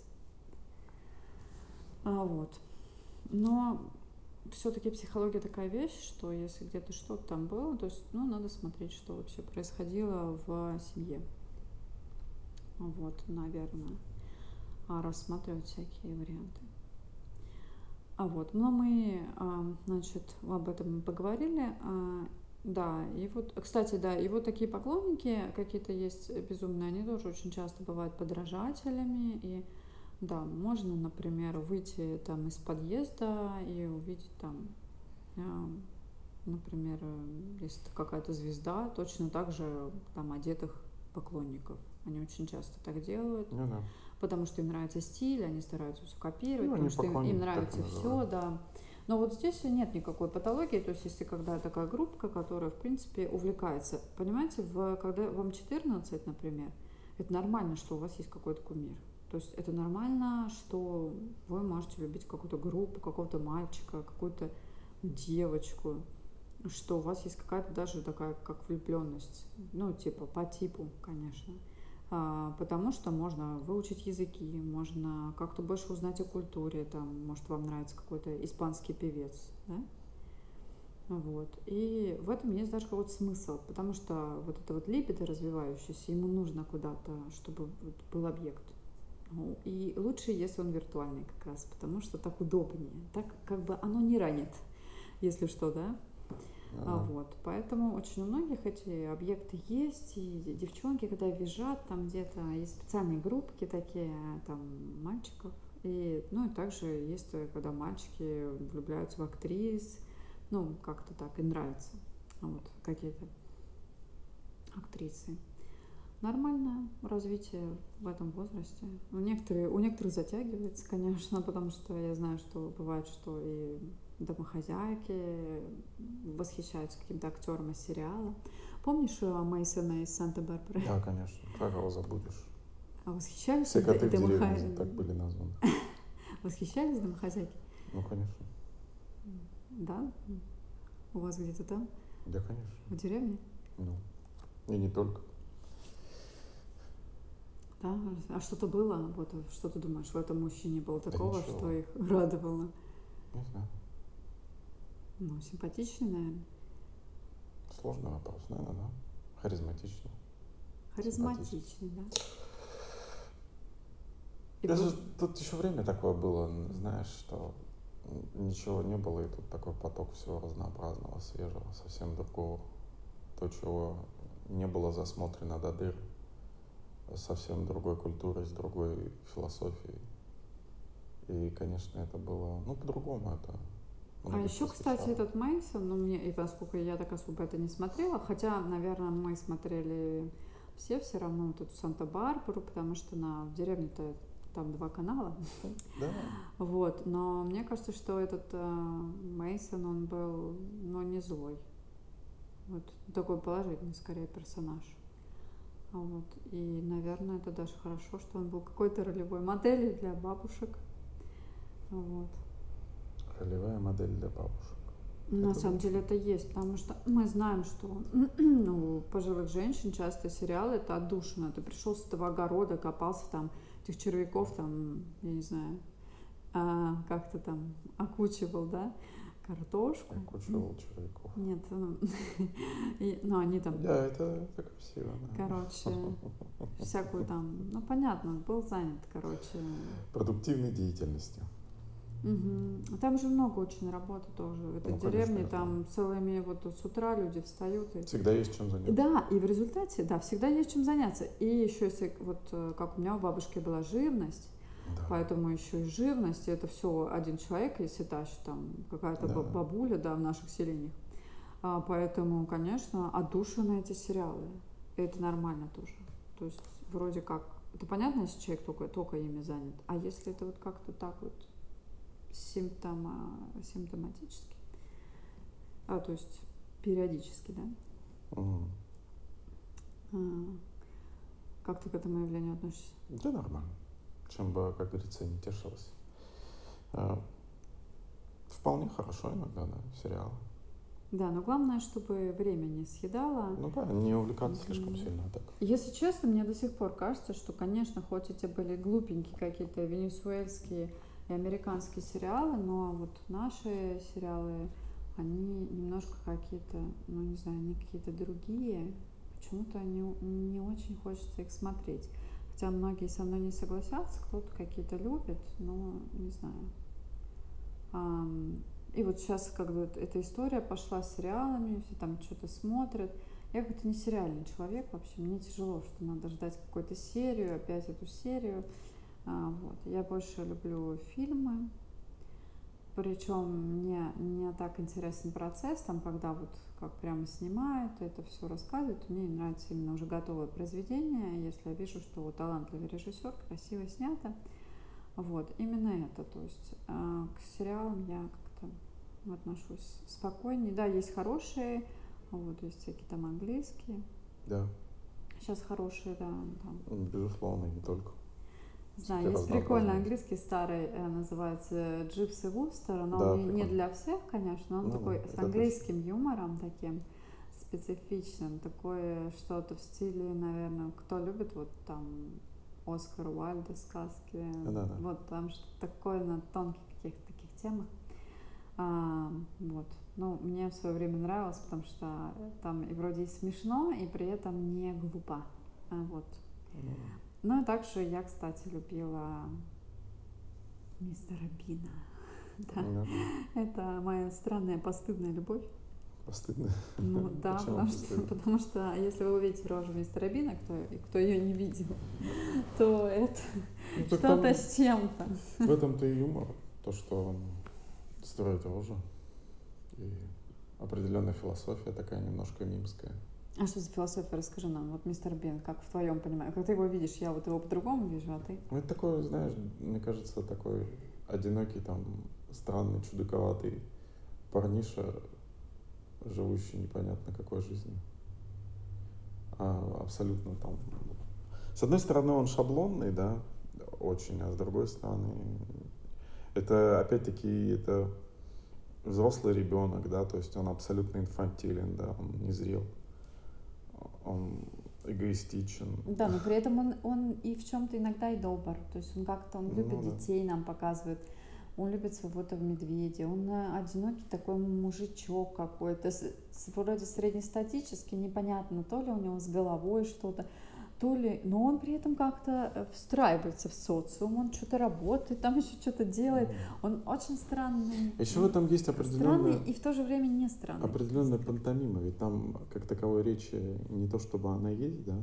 Speaker 1: А, вот. Но все-таки психология такая вещь, что если где-то что-то там было, то есть, ну, надо смотреть, что вообще происходило в семье. Вот, наверное, а рассматривать всякие варианты. А вот, но мы, а, значит, об этом поговорили. А, да, и вот, кстати, да, и вот такие поклонники какие-то есть безумные, они тоже очень часто бывают подражателями. И да, можно, например, выйти там из подъезда и увидеть там а, например, если это какая-то звезда, точно так же там одетых поклонников. Они очень часто так делают,
Speaker 2: Ну да.
Speaker 1: потому что им нравится стиль, они стараются все копировать,
Speaker 2: Ну,
Speaker 1: потому
Speaker 2: они
Speaker 1: что им, им
Speaker 2: поклонники так и
Speaker 1: нравится все,
Speaker 2: называют.
Speaker 1: да. Но вот здесь нет никакой патологии, то есть если когда такая группа, которая, в принципе, увлекается, понимаете, в, когда вам четырнадцать, например, это нормально, что у вас есть какой-то кумир. То есть это нормально, что вы можете любить какую-то группу, какого-то мальчика, какую-то девочку, что у вас есть какая-то даже такая, как влюбленность, ну, типа, по типу, конечно. А, потому что можно выучить языки, можно как-то больше узнать о культуре, там, может, вам нравится какой-то испанский певец, да? Вот. И в этом есть даже какой-то смысл, потому что вот это вот либидо развивающееся, ему нужно куда-то, чтобы был объект. Ну, и лучше, если он виртуальный как раз, потому что так удобнее, так как бы оно не ранит, если что, да? А
Speaker 2: Ага.
Speaker 1: вот, поэтому очень у многих эти объекты есть, и девчонки, когда визжат, там где-то есть специальные группки такие, там, мальчиков, и, ну, и также есть, э, когда мальчики влюбляются в актрис, ну, как-то так, и нравится, вот, какие-то актрисы. Нормальное развитие в этом возрасте. У некоторых, у некоторых затягивается, конечно, потому что я знаю, что бывает, что и домохозяйки восхищаются каким-то актером из сериала. Помнишь э, Мейсона из Санта-Барбары?
Speaker 2: Да, конечно. Как его забудешь?
Speaker 1: А восхищались
Speaker 2: Все
Speaker 1: ли д-
Speaker 2: коты в деревне
Speaker 1: домохо-
Speaker 2: так были названы.
Speaker 1: восхищались домохозяйки?
Speaker 2: Ну, конечно.
Speaker 1: Да? У вас где-то там,
Speaker 2: Да, конечно.
Speaker 1: в деревне?
Speaker 2: Ну, и не только.
Speaker 1: Да? А что-то было? Вот что ты думаешь, в этом мужчине было
Speaker 2: Да
Speaker 1: такого, что
Speaker 2: ничего.
Speaker 1: их радовало?
Speaker 2: Не знаю.
Speaker 1: Ну, симпатичный, наверное.
Speaker 2: Сложный вопрос, наверное, да? Харизматичный, симпатичный.
Speaker 1: Харизматичный, да? И
Speaker 2: Это
Speaker 1: был...
Speaker 2: же тут еще время такое было, знаешь, что ничего не было, и тут такой поток всего разнообразного, свежего, совсем другого. То, чего не было засмотрено до дыр, совсем другой культурой, с другой философией. И, конечно, это было, ну, по-другому это
Speaker 1: А
Speaker 2: многих
Speaker 1: еще, кстати,
Speaker 2: восхищало.
Speaker 1: этот Мейсон, ну, мне, и поскольку я так особо это не смотрела, хотя, наверное, мы смотрели все все равно вот эту Санта-Барбару, потому что на, в деревне-то там два канала.
Speaker 2: Да,
Speaker 1: Вот, но мне кажется, что этот Мейсон, он был, ну, не злой. Вот, такой положительный, скорее, персонаж. А вот, и, наверное, это даже хорошо, что он был какой-то ролевой моделью для бабушек. Вот.
Speaker 2: ролевая модель для бабушек.
Speaker 1: На
Speaker 2: Это
Speaker 1: самом деле
Speaker 2: звучит.
Speaker 1: это есть, потому что мы знаем, что ну, у пожилых женщин часто сериалы это отдушина. Ты пришел с этого огорода, копался там этих червяков, там, я не знаю, а, как-то там окучивал, да, картошку.
Speaker 2: Окучивал червяков.
Speaker 1: Нет, ну, и, ну они там,
Speaker 2: Да, это, это красиво, да.
Speaker 1: короче, всякую там, ну понятно, был занят, короче.
Speaker 2: Продуктивной деятельностью.
Speaker 1: Мгм. Там же много очень работы тоже. В этой
Speaker 2: Ну, конечно,
Speaker 1: деревне
Speaker 2: я знаю.
Speaker 1: там целыми вот с утра люди встают и
Speaker 2: Всегда есть чем заняться.
Speaker 1: да, и в результате, да, всегда есть чем заняться. И еще если, вот э, как у меня у бабушки была живность,
Speaker 2: Да,
Speaker 1: поэтому еще и живность, и это все один человек, если тащит там какая-то
Speaker 2: да.
Speaker 1: бабуля, да, в наших селениях. А, поэтому, конечно, отдушины эти сериалы. И это нормально тоже. То есть вроде как, это понятно, если человек только, только ими занят, а если это вот как-то так вот симптома, симптоматически, а, то есть периодически, да,
Speaker 2: М.
Speaker 1: а, как ты к этому явлению относишься?
Speaker 2: Да, нормально. Чем бы, как говорится, не тешилась. А, Вполне хорошо иногда, да, сериалы.
Speaker 1: Да, но главное, чтобы время не съедало.
Speaker 2: Ну да, не увлекаться слишком
Speaker 1: Мгм.
Speaker 2: сильно, а так.
Speaker 1: Если честно, мне до сих пор кажется, что, конечно, хоть эти были глупенькие какие-то венесуэльские и американские сериалы, но вот наши сериалы, они немножко какие-то, ну не знаю, они какие-то другие. Почему-то не, не очень хочется их смотреть. Хотя многие со мной не согласятся, кто-то какие-то любит, но не знаю. Ам, И вот сейчас как бы вот эта история пошла с сериалами, все там что-то смотрят. Я как-то не сериальный человек вообще, мне тяжело, что надо ждать какую-то серию, опять эту серию. А, вот. Я больше люблю фильмы, причем мне не так интересен процесс, там, когда вот как прямо снимают, это все рассказывают. Мне нравится именно уже готовое произведение, если я вижу, что талантливый режиссер, красиво снято. Вот, именно это. То есть э, к сериалам я как-то отношусь спокойнее. Да, есть хорошие, вот, есть всякие там английские.
Speaker 2: Да,
Speaker 1: Сейчас хорошие, да, там.
Speaker 2: безусловно, и не только.
Speaker 1: Знаю,
Speaker 2: Всякие
Speaker 1: есть прикольный
Speaker 2: разнообразные есть.
Speaker 1: английский старый, э, называется Дживс и Вустер, но он
Speaker 2: Да,
Speaker 1: не, не
Speaker 2: прикольно.
Speaker 1: для всех, конечно, он
Speaker 2: Ну
Speaker 1: такой
Speaker 2: да,
Speaker 1: с
Speaker 2: это точно.
Speaker 1: английским юмором таким специфичным, такое что-то в стиле, наверное, кто любит вот там Оскар Уайльда сказки,
Speaker 2: Да, да.
Speaker 1: вот там что-то такое на тонких каких-то таких темах. А, вот. Ну, мне в свое время нравилось, потому что там и вроде и смешно, и при этом не глупо. А, вот.
Speaker 2: М.
Speaker 1: Ну и также я, кстати, любила мистера Бина. Да.
Speaker 2: Ну да.
Speaker 1: Это моя странная постыдная любовь.
Speaker 2: Стыдно.
Speaker 1: Ну да,
Speaker 2: Почему
Speaker 1: потому
Speaker 2: это
Speaker 1: что,
Speaker 2: стыдно?
Speaker 1: потому что если вы увидите рожу мистера Бина, кто, кто ее не видел, то это
Speaker 2: Ну так
Speaker 1: что-то
Speaker 2: там
Speaker 1: с чем-то.
Speaker 2: в этом-то и юмор, то, что он строит рожу. И определенная философия такая немножко мимская.
Speaker 1: А что за философия? Расскажи нам. Вот мистер Бин, как в твоем понимании? Как ты его видишь? Я вот его по-другому вижу, а ты?
Speaker 2: Ну это такой, знаешь, мне кажется, такой одинокий, там, странный, чудаковатый парниша, живущий непонятно какой жизнью. А, абсолютно там. С одной стороны, он шаблонный, да, очень, а с другой стороны, это опять-таки это взрослый ребенок, да, то есть он абсолютно инфантилен, да, он не зрел, он эгоистичен.
Speaker 1: Да, но при этом он, он и в чем-то иногда и добр. То есть он как-то, он любит
Speaker 2: Ну да.
Speaker 1: детей, нам показывает. Он любит своего-то медведя. Он э, одинокий такой мужичок какой-то. С, с- вроде среднестатический, непонятно, то ли у него с головой что-то, то ли... Но он при этом как-то э, встраивается в социум, он что-то работает, там еще что-то делает.
Speaker 2: Мгм.
Speaker 1: Он очень странный.
Speaker 2: Еще в
Speaker 1: Ну,
Speaker 2: этом есть
Speaker 1: странный
Speaker 2: определенная,
Speaker 1: и в то же время не странный.
Speaker 2: определенная пантомима, ведь там как таковой речи не то чтобы она есть, да,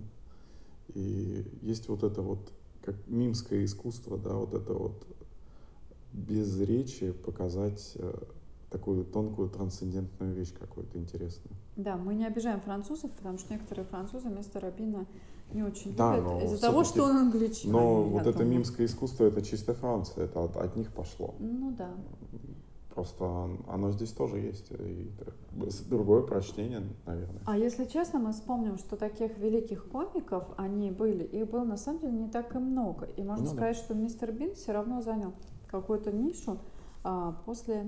Speaker 2: и есть вот это вот как мимское искусство, да, вот это вот без речи показать э, такую тонкую трансцендентную вещь какую-то интересную.
Speaker 1: Да, мы не обижаем французов, потому что некоторые французы мистера Бина не очень
Speaker 2: Да,
Speaker 1: любят
Speaker 2: но
Speaker 1: из-за того, что
Speaker 2: все-таки,
Speaker 1: он
Speaker 2: но
Speaker 1: англичанин, я
Speaker 2: вот это
Speaker 1: думаю.
Speaker 2: мимское искусство, это чисто Франция, это от, от них пошло.
Speaker 1: Ну да.
Speaker 2: Просто оно здесь тоже есть, и это с- другое прочтение, наверное.
Speaker 1: А если честно, мы вспомним, что таких великих комиков они были, их было на самом деле не так и много. И можно
Speaker 2: Ну да.
Speaker 1: сказать, что мистер Бин все равно занял какую-то нишу а, после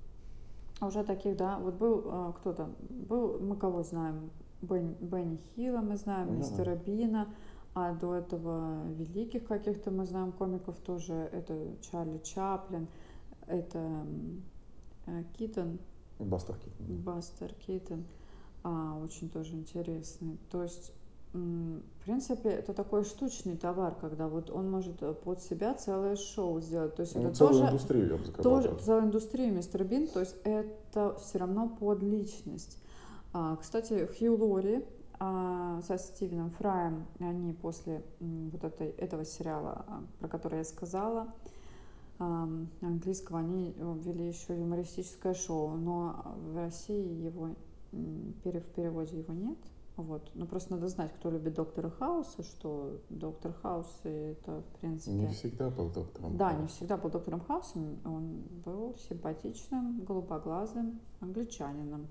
Speaker 1: уже таких, да, вот был а, кто-то, был, мы кого знаем, Бен, Бенни Хилла мы знаем,
Speaker 2: Ну да.
Speaker 1: мистера Бина, а до этого великих каких-то мы знаем комиков тоже, это Чарли Чаплин, это м, э, Китон,
Speaker 2: Бастер Китон, да.
Speaker 1: Бастер Китон, а, очень тоже интересный. То есть, м, в принципе, это такой штучный товар, когда вот он может э, под себя целое шоу сделать. То есть
Speaker 2: Ну,
Speaker 1: это
Speaker 2: целую
Speaker 1: тоже
Speaker 2: индустрию, я бы сказал
Speaker 1: тоже
Speaker 2: даже.
Speaker 1: целая индустрия мистер Бин, то есть это все равно под личность. А, кстати, Хью Лори а, со Стивеном Фраем, они после м, вот этой, этого сериала, а, про который я сказала, ам, английского, они э, ввели еще юмористическое шоу, но в России его м, пере- в переводе его нет. Вот. Но просто надо знать, кто любит Доктора Хауса, что Доктор Хаус это, в
Speaker 2: Не
Speaker 1: принципе,
Speaker 2: всегда был доктором
Speaker 1: да, не
Speaker 2: Хаусом.
Speaker 1: всегда был доктором Хаусом, он был симпатичным, голубоглазым англичанином,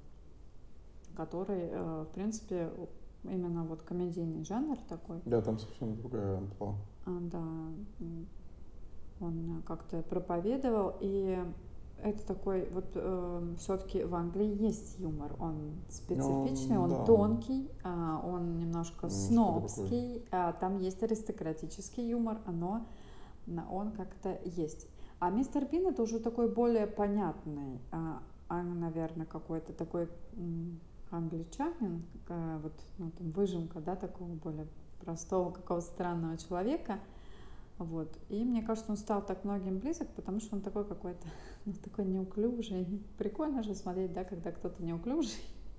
Speaker 1: который, э, в принципе, именно вот комедийный жанр такой,
Speaker 2: Да, там совсем другая амплуа.
Speaker 1: а, да, м, он э, как-то проповедовал, и это такой, вот э, все-таки в Англии есть юмор, он специфичный,
Speaker 2: Ну,
Speaker 1: он
Speaker 2: да, он
Speaker 1: тонкий, а, он немножко
Speaker 2: немножко другой.
Speaker 1: снобский, а там есть аристократический юмор, оно, на- он как-то есть. А мистер Бин это уже такой более понятный, а, а, наверное, какой-то такой м, англичанин, э, вот ну, там выжимка, да, такого более простого, какого-то странного человека. Вот. И мне кажется, он стал так многим близок, потому что он такой какой-то, ну, такой неуклюжий. Прикольно же смотреть, да, когда кто-то неуклюжий,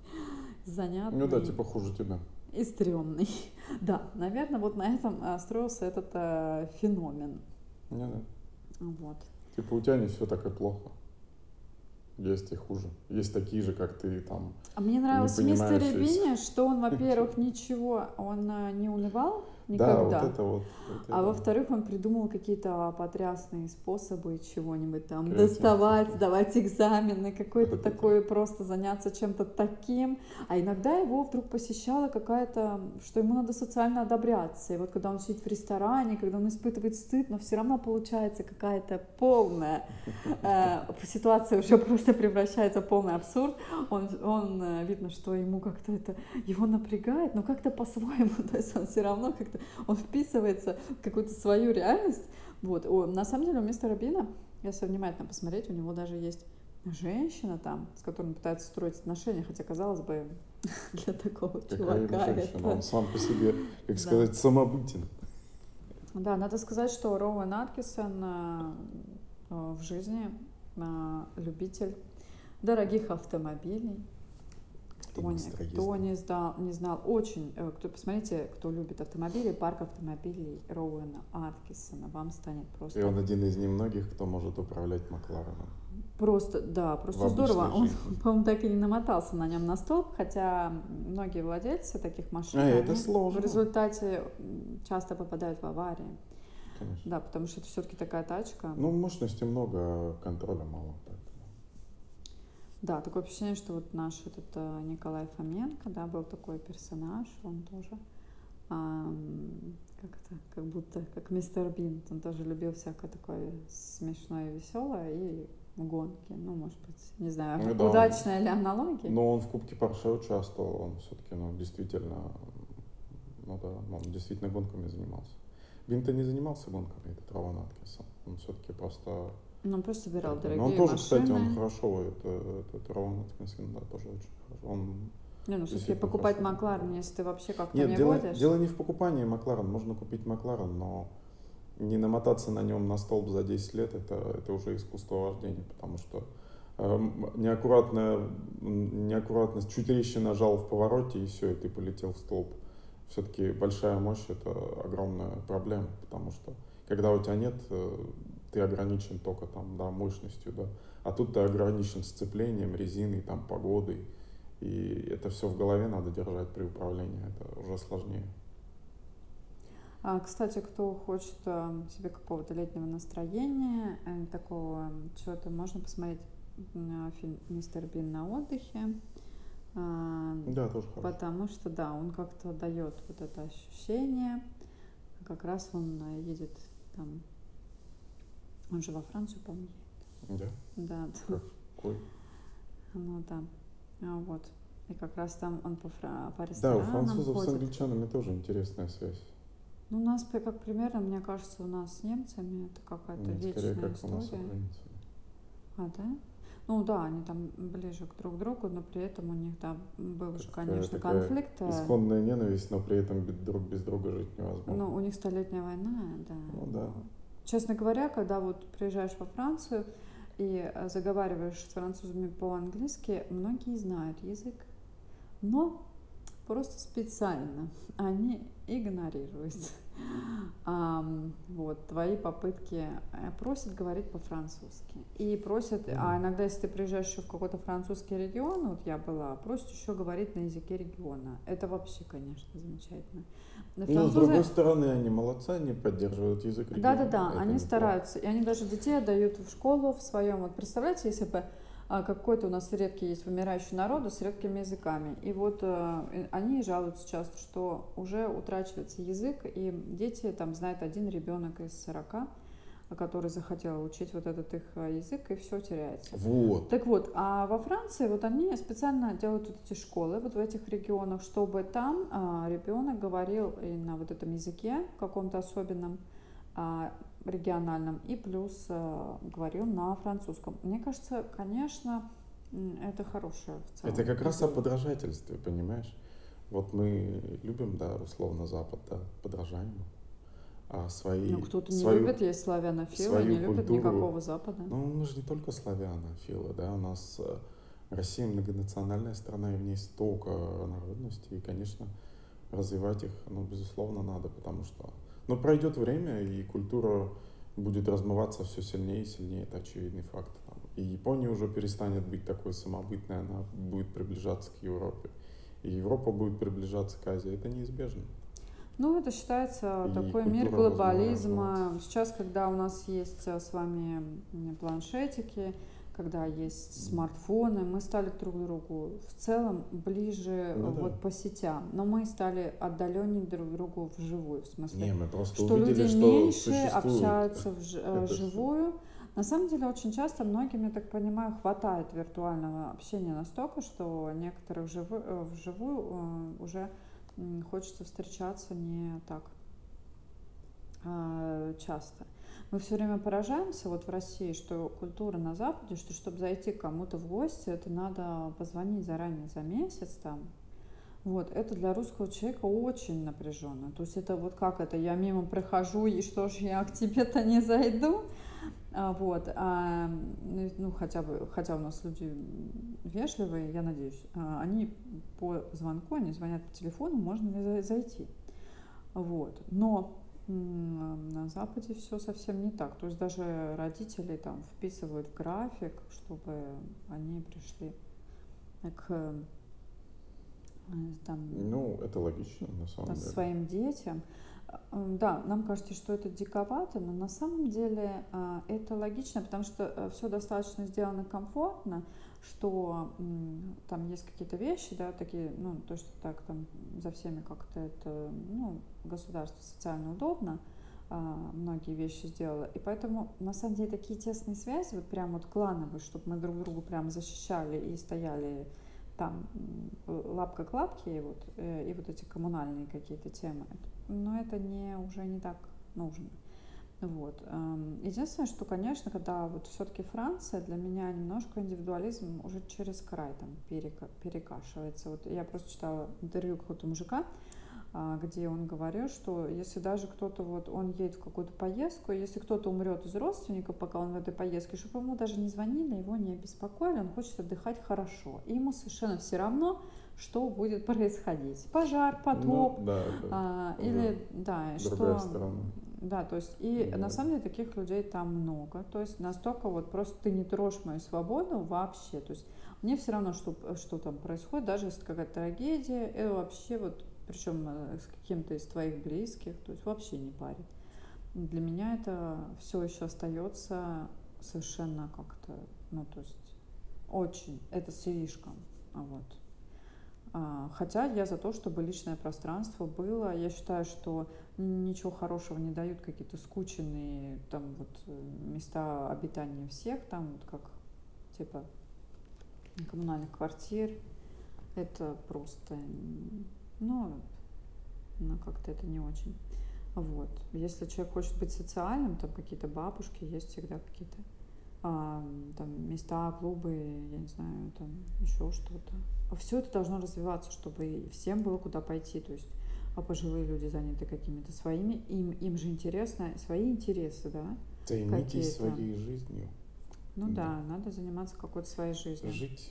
Speaker 2: Ну да,
Speaker 1: занятный
Speaker 2: типа хуже тебя.
Speaker 1: и стрёмный. Да, наверное, вот на этом а, строился этот а, феномен.
Speaker 2: Не, да.
Speaker 1: Вот.
Speaker 2: Типа у тебя не все так и плохо. Есть и хуже. Есть такие же, как ты, там,
Speaker 1: А мне
Speaker 2: не
Speaker 1: нравилось в мистере
Speaker 2: понимающиеся.
Speaker 1: Бине, что он, во-первых, ничего, он а, не унывал
Speaker 2: Да, вот
Speaker 1: никогда.
Speaker 2: это вот, это
Speaker 1: А
Speaker 2: да.
Speaker 1: во-вторых, он придумал какие-то потрясные способы чего-нибудь там
Speaker 2: Креативности.
Speaker 1: доставать, сдавать экзамены, какой-то
Speaker 2: Да-да-да.
Speaker 1: такой просто заняться чем-то таким. А иногда его вдруг посещала какая-то, что ему надо социально одобряться. И вот когда он сидит в ресторане, когда он испытывает стыд, но все равно получается какая-то полная э, ситуация уже просто превращается в полный абсурд. Он, он э, видно, что ему как-то это его напрягает, но как-то по-своему, то есть он все равно как-то он вписывается в какую-то свою реальность. Вот. О, на самом деле у мистера Бина, если внимательно посмотреть, у него даже есть женщина там, с которой он пытается строить отношения, хотя, казалось бы, для такого
Speaker 2: Какая ему
Speaker 1: чувака
Speaker 2: женщина? Он
Speaker 1: это...
Speaker 2: сам по себе, как
Speaker 1: Да.
Speaker 2: сказать, самобытен.
Speaker 1: Да, надо сказать, что Роуэн Аткинсон э, э, в жизни э, любитель дорогих автомобилей.
Speaker 2: и
Speaker 1: кто не,
Speaker 2: быстро
Speaker 1: кто
Speaker 2: ездил.
Speaker 1: не, сдал, не знал, очень, э, кто, посмотрите, кто любит автомобили, парк автомобилей Роуэна Аткинсона, вам станет
Speaker 2: И
Speaker 1: просто,
Speaker 2: он один из немногих, кто может управлять Маклареном
Speaker 1: просто, да,
Speaker 2: в
Speaker 1: просто здорово.
Speaker 2: обычной
Speaker 1: Он,
Speaker 2: жизни.
Speaker 1: по-моему, так и не намотался на нем на столб, хотя многие владельцы таких
Speaker 2: А
Speaker 1: машин,
Speaker 2: это
Speaker 1: они в
Speaker 2: сложно,
Speaker 1: результате м, часто попадают в аварии.
Speaker 2: конечно.
Speaker 1: Да, потому что это все-таки такая тачка.
Speaker 2: Ну, мощности много, а контроля мало, поэтому.
Speaker 1: Да, такое впечатление, что вот наш этот э, Николай Фоменко, да, был такой персонаж, он тоже, ам, как это, как будто, как мистер Бин, он тоже любил всякое такое смешное и веселое и гонки, ну, может быть, не знаю,
Speaker 2: Ну да, он,
Speaker 1: удачная ли аналогия.
Speaker 2: но он в Кубке Порше участвовал, он все-таки, ну, действительно, ну да, он действительно гонками занимался. Бин-то не занимался гонками, этот Роуэн Аткинсон. Он все-таки просто
Speaker 1: Ну, он просто собирал
Speaker 2: как бы. Но он
Speaker 1: дорогие
Speaker 2: тоже, кстати, он
Speaker 1: машины.
Speaker 2: хорошо, это, это Роуэн Аткинсон, да, тоже очень хорошо. Он
Speaker 1: Не, ну, все-таки
Speaker 2: действительно
Speaker 1: покупать
Speaker 2: хорошо
Speaker 1: Макларен,
Speaker 2: гонку.
Speaker 1: если ты вообще как-то
Speaker 2: Нет,
Speaker 1: не
Speaker 2: дело,
Speaker 1: водишь.
Speaker 2: дело не в покупании Макларен. Можно купить Макларен, но не намотаться на нем на столб за десять лет, это, это уже искусство вождения, потому что э, неаккуратно, неаккуратность, чуть резче нажал в повороте, и все, и ты полетел в столб. Все-таки большая мощь — это огромная проблема, потому что когда у тебя нет, э, ты ограничен только там, да, мощностью, да, а тут ты ограничен сцеплением, резиной, там, погодой, и это все в голове надо держать при управлении, это уже сложнее.
Speaker 1: А, кстати, кто хочет э, себе какого-то летнего настроения, э, такого чего-то, можно посмотреть м, фильм «Мистер Бин на отдыхе», а,
Speaker 2: Да, тоже хорошо.
Speaker 1: потому что, да, он как-то дает вот это ощущение, как раз он э, едет там, он же во Францию, по-моему,
Speaker 2: Да?
Speaker 1: едет. Да, да.
Speaker 2: Какой?
Speaker 1: Ну да, А, вот. И как раз там он по, фра- по
Speaker 2: Да, у
Speaker 1: ресторанам
Speaker 2: французов с
Speaker 1: ходит.
Speaker 2: англичанами тоже интересная связь.
Speaker 1: Ну, у нас при- как примерно, мне кажется, у нас с немцами это какая-то
Speaker 2: Нет, скорее,
Speaker 1: вечная
Speaker 2: как у нас с
Speaker 1: история.
Speaker 2: украинцами.
Speaker 1: А, да? Ну да, они там ближе к друг другу, но при этом у них, да, был же,
Speaker 2: Какая
Speaker 1: конечно,
Speaker 2: такая
Speaker 1: конфликт. э,
Speaker 2: исконная ненависть, но при этом без друг без друга жить
Speaker 1: Ну,
Speaker 2: невозможно.
Speaker 1: у них столетняя война, да.
Speaker 2: Ну да.
Speaker 1: Но, честно говоря, когда вот приезжаешь во Францию и э, заговариваешь с французами по-английски, многие знают язык, но просто специально они игнорируют ам, вот, твои попытки, э, просят говорить по-французски. И просят,
Speaker 2: Ну да.
Speaker 1: а иногда, если ты приезжаешь еще в какой-то французский регион, вот я была, просят еще говорить на языке региона. Это вообще, конечно, замечательно. Но
Speaker 2: Но с
Speaker 1: французы,
Speaker 2: другой стороны, они молодцы, они поддерживают язык региона.
Speaker 1: да-да-да,
Speaker 2: Это
Speaker 1: они
Speaker 2: неплохо.
Speaker 1: стараются, и они даже детей отдают в школу в своем. Вот представляете, если бы а, какой-то у нас редкий есть вымирающий народ с редкими языками. И вот э, они жалуются часто, что уже утрачивается язык, и дети там знают один ребенок из сорока, который захотел учить вот этот их э, язык, и все теряется.
Speaker 2: Вот.
Speaker 1: Так вот, а во Франции вот они специально делают вот эти школы вот в этих регионах, чтобы там а, ребенок говорил и на вот этом языке каком-то особенном, а, региональном, и плюс а, говорил на французском. Мне кажется, конечно, м, это хорошая в
Speaker 2: Это
Speaker 1: целом
Speaker 2: как раз о
Speaker 1: идея.
Speaker 2: подражательстве, понимаешь? Вот мы любим, да, условно Запад, да, подражаем, а
Speaker 1: Ну,
Speaker 2: свои,
Speaker 1: кто-то не
Speaker 2: свою,
Speaker 1: любит, есть славянофилы,
Speaker 2: свою
Speaker 1: не любят
Speaker 2: культуру.
Speaker 1: никакого Запада.
Speaker 2: Ну, мы же не только славянофилы, да, у нас э, Россия многонациональная страна, и в ней столько народностей, и, конечно, развивать их, ну, безусловно, надо, потому что, ну, пройдет время, и культура будет размываться все сильнее и сильнее, это очевидный факт. Там. И Япония уже перестанет быть такой самобытной, она будет приближаться к Европе. И Европа будет приближаться к Азии, это неизбежно.
Speaker 1: Ну, это считается
Speaker 2: И
Speaker 1: такой мир
Speaker 2: культура должна развиваться.
Speaker 1: глобализма. Сейчас, когда у нас есть э, с вами м, планшетики, когда есть
Speaker 2: М.
Speaker 1: смартфоны, мы стали друг к другу в целом ближе э,
Speaker 2: Ну да.
Speaker 1: вот по сетям, но мы стали отдаленнее друг к другу вживую, в смысле,
Speaker 2: Не, мы просто
Speaker 1: что
Speaker 2: увидели,
Speaker 1: люди
Speaker 2: что
Speaker 1: меньше
Speaker 2: существует
Speaker 1: общаются вж- э,
Speaker 2: это все.
Speaker 1: вживую. На самом деле, очень часто многим, я так понимаю, хватает виртуального общения настолько, что некоторых живы- э, вживую э, уже м, хочется встречаться не так а, часто. Мы все время поражаемся вот в России, что культура на Западе, что чтобы зайти к кому-то в гости, это надо позвонить заранее за месяц там. Вот, это для русского человека очень напряженно. То есть это вот как это, я мимо прохожу, и что ж, я к тебе-то не зайду? А, Вот, а, ну, ну, хотя бы, хотя у нас люди вежливые, я надеюсь, а, они по звонку, они звонят по телефону, можно ли за- зайти. Вот. Но м, на Западе все совсем не так. То есть даже родители там вписывают в график, чтобы они пришли к э, там,
Speaker 2: Ну, это логично, на самом деле.
Speaker 1: своим детям. Э, Да, нам кажется, что это диковато, но на самом деле а, это логично, потому что все достаточно сделано комфортно, что м, там есть какие-то вещи, да, такие, ну, то, что так там за всеми как-то это, ну, государство социально удобно, а, многие вещи сделало. И поэтому, на самом деле, такие тесные связи, вот прям вот клановые, чтобы мы друг другу прям защищали и стояли там лапка к лапке, и вот, э, и вот эти коммунальные какие-то темы, но это не, уже не так нужно. Вот. эм, Единственное, что, конечно, когда вот все-таки Франция, для меня немножко индивидуализм уже через край там перека- перекашивается. Вот я просто читала интервью какого-то мужика, а, где он говорил, что если даже кто-то, вот он едет в какую-то поездку, если кто-то умрет из родственников, пока он в этой поездке, чтобы ему даже не звонили, его не беспокоили, он хочет отдыхать хорошо. И ему совершенно все равно, что будет происходить. Пожар,
Speaker 2: Ну,
Speaker 1: потоп,
Speaker 2: да, это
Speaker 1: а,
Speaker 2: уже
Speaker 1: или, да,
Speaker 2: другая
Speaker 1: что,
Speaker 2: сторона
Speaker 1: да, то есть, и на
Speaker 2: медали.
Speaker 1: самом деле таких людей там много, то есть настолько вот просто ты не трожь мою свободу вообще, то есть мне все равно, что, что там происходит, даже если какая-то трагедия, это вообще вот, причем э, с каким-то из твоих близких, то есть вообще не парит. Для меня это все еще остается совершенно как-то, ну, то есть очень, это слишком, а вот. А, Хотя я за то, чтобы личное пространство было. Я считаю, что ничего хорошего не дают какие-то скученные там вот э, места обитания всех, там вот как типа коммунальных квартир. Это просто, ну, ну, как-то это не очень. Вот. Если человек хочет быть социальным, там какие-то бабушки, есть всегда какие-то а, там места, клубы, я не знаю, там еще что-то. Все это должно развиваться, чтобы всем было куда пойти. То есть а пожилые люди заняты какими-то своими, им, им же интересно, свои интересы, да,
Speaker 2: Займитесь
Speaker 1: какие-то.
Speaker 2: своей жизнью.
Speaker 1: Ну
Speaker 2: Да.
Speaker 1: да, надо заниматься какой-то своей жизнью.
Speaker 2: Жить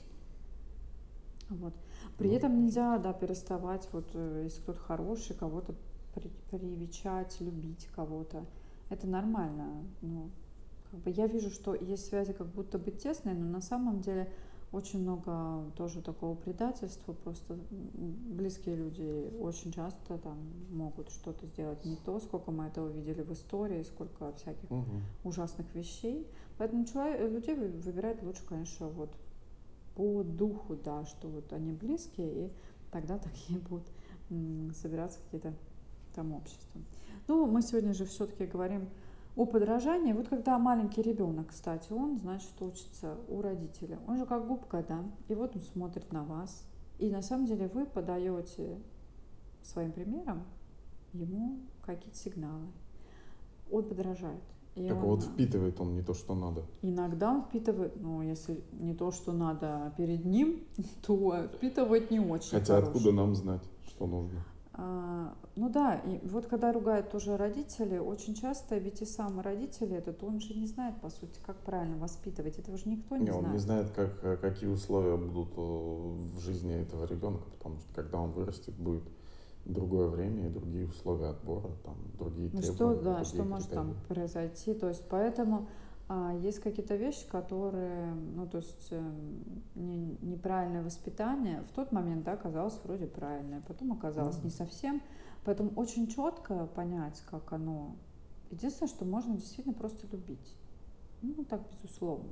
Speaker 1: Вот. При
Speaker 2: нужно
Speaker 1: этом
Speaker 2: жить.
Speaker 1: нельзя, да, переставать, вот э, если кто-то хороший, кого-то при- привечать, любить кого-то. Это нормально. Ну, как бы я вижу, что есть связи как будто бы тесные, но на самом деле очень много тоже такого предательства. Просто м, близкие люди очень часто там могут что-то сделать не то, сколько мы этого видели в истории, сколько всяких
Speaker 2: Мгм.
Speaker 1: ужасных вещей. Поэтому человек, людей вы- выбирать лучше, конечно, вот по духу, да, что вот они близкие, и тогда такие будут м, собираться какие-то там общества. Ну, мы сегодня же все-таки говорим о подражании. Вот когда маленький ребенок, кстати, он, значит, учится у родителя. Он же как губка, да, и вот он смотрит на вас. И на самом деле вы подаете своим примером ему какие-то сигналы. Он подражает. И
Speaker 2: Так
Speaker 1: он
Speaker 2: вот, впитывает он не то, что надо.
Speaker 1: иногда он впитывает, ну, если не то, что надо перед ним, то впитывает не очень
Speaker 2: Хотя откуда
Speaker 1: хорошее.
Speaker 2: нам знать, что нужно?
Speaker 1: А, ну да, и вот когда ругают тоже родители, очень часто ведь и сам родитель этот, он же не знает, по сути, как правильно воспитывать. Этого же никто не
Speaker 2: Не, он не
Speaker 1: знает.
Speaker 2: знает, как, э, какие условия будут э, в жизни этого ребенка, потому что когда он вырастет, будет другое время и другие условия отбора, там, другие
Speaker 1: Ну что,
Speaker 2: требования,
Speaker 1: да, что
Speaker 2: другие
Speaker 1: может там
Speaker 2: критерии.
Speaker 1: произойти. То есть поэтому а, есть какие-то вещи, которые, ну то есть э, не, неправильное воспитание в тот момент, да, казалось вроде правильное, потом
Speaker 2: Ну,
Speaker 1: оказалось
Speaker 2: да.
Speaker 1: не совсем. Поэтому очень четко понять, как оно. Единственное, что можно действительно просто любить. Ну так, безусловно.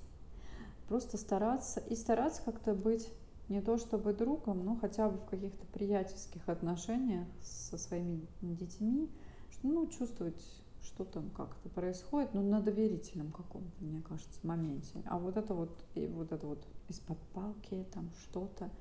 Speaker 1: Просто стараться и стараться как-то быть не то чтобы другом, но хотя бы в каких-то приятельских отношениях со своими детьми, что, ну, чувствовать, что там как-то происходит, ну, на доверительном каком-то, мне кажется, моменте. А вот это вот, и вот это вот из-под палки, там что-то.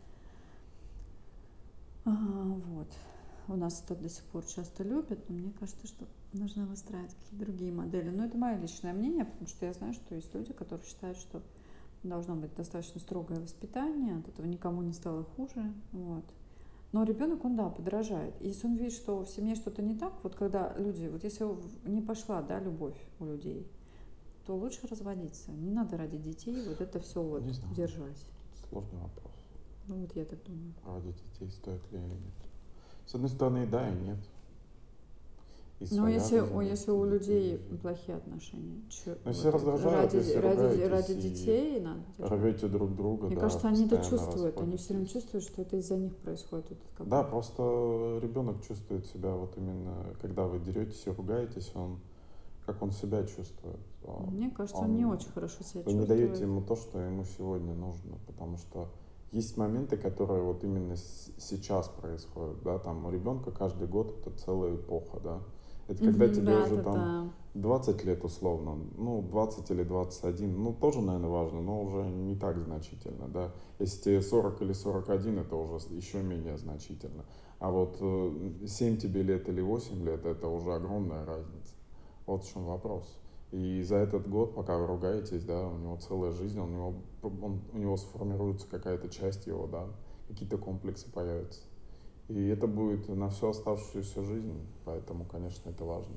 Speaker 1: А, вот. У нас это до сих пор часто любят, но мне кажется, что нужно выстраивать какие-то другие модели. Но это мое личное мнение, потому что я знаю, что есть люди, которые считают, что должно быть достаточно строгое воспитание, от этого никому не стало хуже. Вот. Но ребенок, он, да, подражает. И если он видит, что в семье что-то не так, вот когда люди, вот если не пошла, да, любовь у людей, то лучше разводиться. Не надо ради детей вот это все вот
Speaker 2: Не знаю.
Speaker 1: держать.
Speaker 2: Сложный вопрос.
Speaker 1: Ну вот я так думаю.
Speaker 2: Ради детей стоит ли или нет. С одной стороны, и да, и нет. И
Speaker 1: Но
Speaker 2: своя
Speaker 1: если,
Speaker 2: жизнь
Speaker 1: о,
Speaker 2: есть,
Speaker 1: если
Speaker 2: и
Speaker 1: у
Speaker 2: детей
Speaker 1: людей
Speaker 2: жизнь.
Speaker 1: плохие отношения, чё,
Speaker 2: Но если
Speaker 1: вот это,
Speaker 2: раздражают,
Speaker 1: ради,
Speaker 2: если
Speaker 1: ради,
Speaker 2: ругаетесь
Speaker 1: ради
Speaker 2: и
Speaker 1: детей надо держать.
Speaker 2: рвете друг друга,
Speaker 1: Мне
Speaker 2: да,
Speaker 1: кажется, они это
Speaker 2: постоянно
Speaker 1: чувствуют. Они все время
Speaker 2: расходитесь.
Speaker 1: чувствуют, что это из-за них происходит вот этот
Speaker 2: Да,
Speaker 1: конфликт.
Speaker 2: просто ребенок чувствует себя вот именно, когда вы деретесь и ругаетесь, он, как он себя чувствует.
Speaker 1: Мне кажется, он не
Speaker 2: Он,
Speaker 1: очень хорошо себя
Speaker 2: вы не даете
Speaker 1: чувствует.
Speaker 2: ему то, что ему сегодня нужно, потому что есть моменты, которые вот именно с- сейчас происходят, да, там у ребенка каждый год это целая эпоха, да. Это когда
Speaker 1: Мгм,
Speaker 2: тебе
Speaker 1: да,
Speaker 2: уже
Speaker 1: да,
Speaker 2: там
Speaker 1: да.
Speaker 2: двадцать лет условно, ну, двадцать или двадцать один, ну, тоже, наверное, важно, но уже не так значительно, да. Если тебе сорок или сорок один, это уже еще менее значительно. А вот э, семь тебе лет или восемь лет, это уже огромная разница. Вот в чем вопрос. И за этот год, пока вы ругаетесь, да, у него целая жизнь, у него, он, у него сформируется какая-то часть его, да, какие-то комплексы появятся. И это будет на всю оставшуюся жизнь, поэтому, конечно, это важно.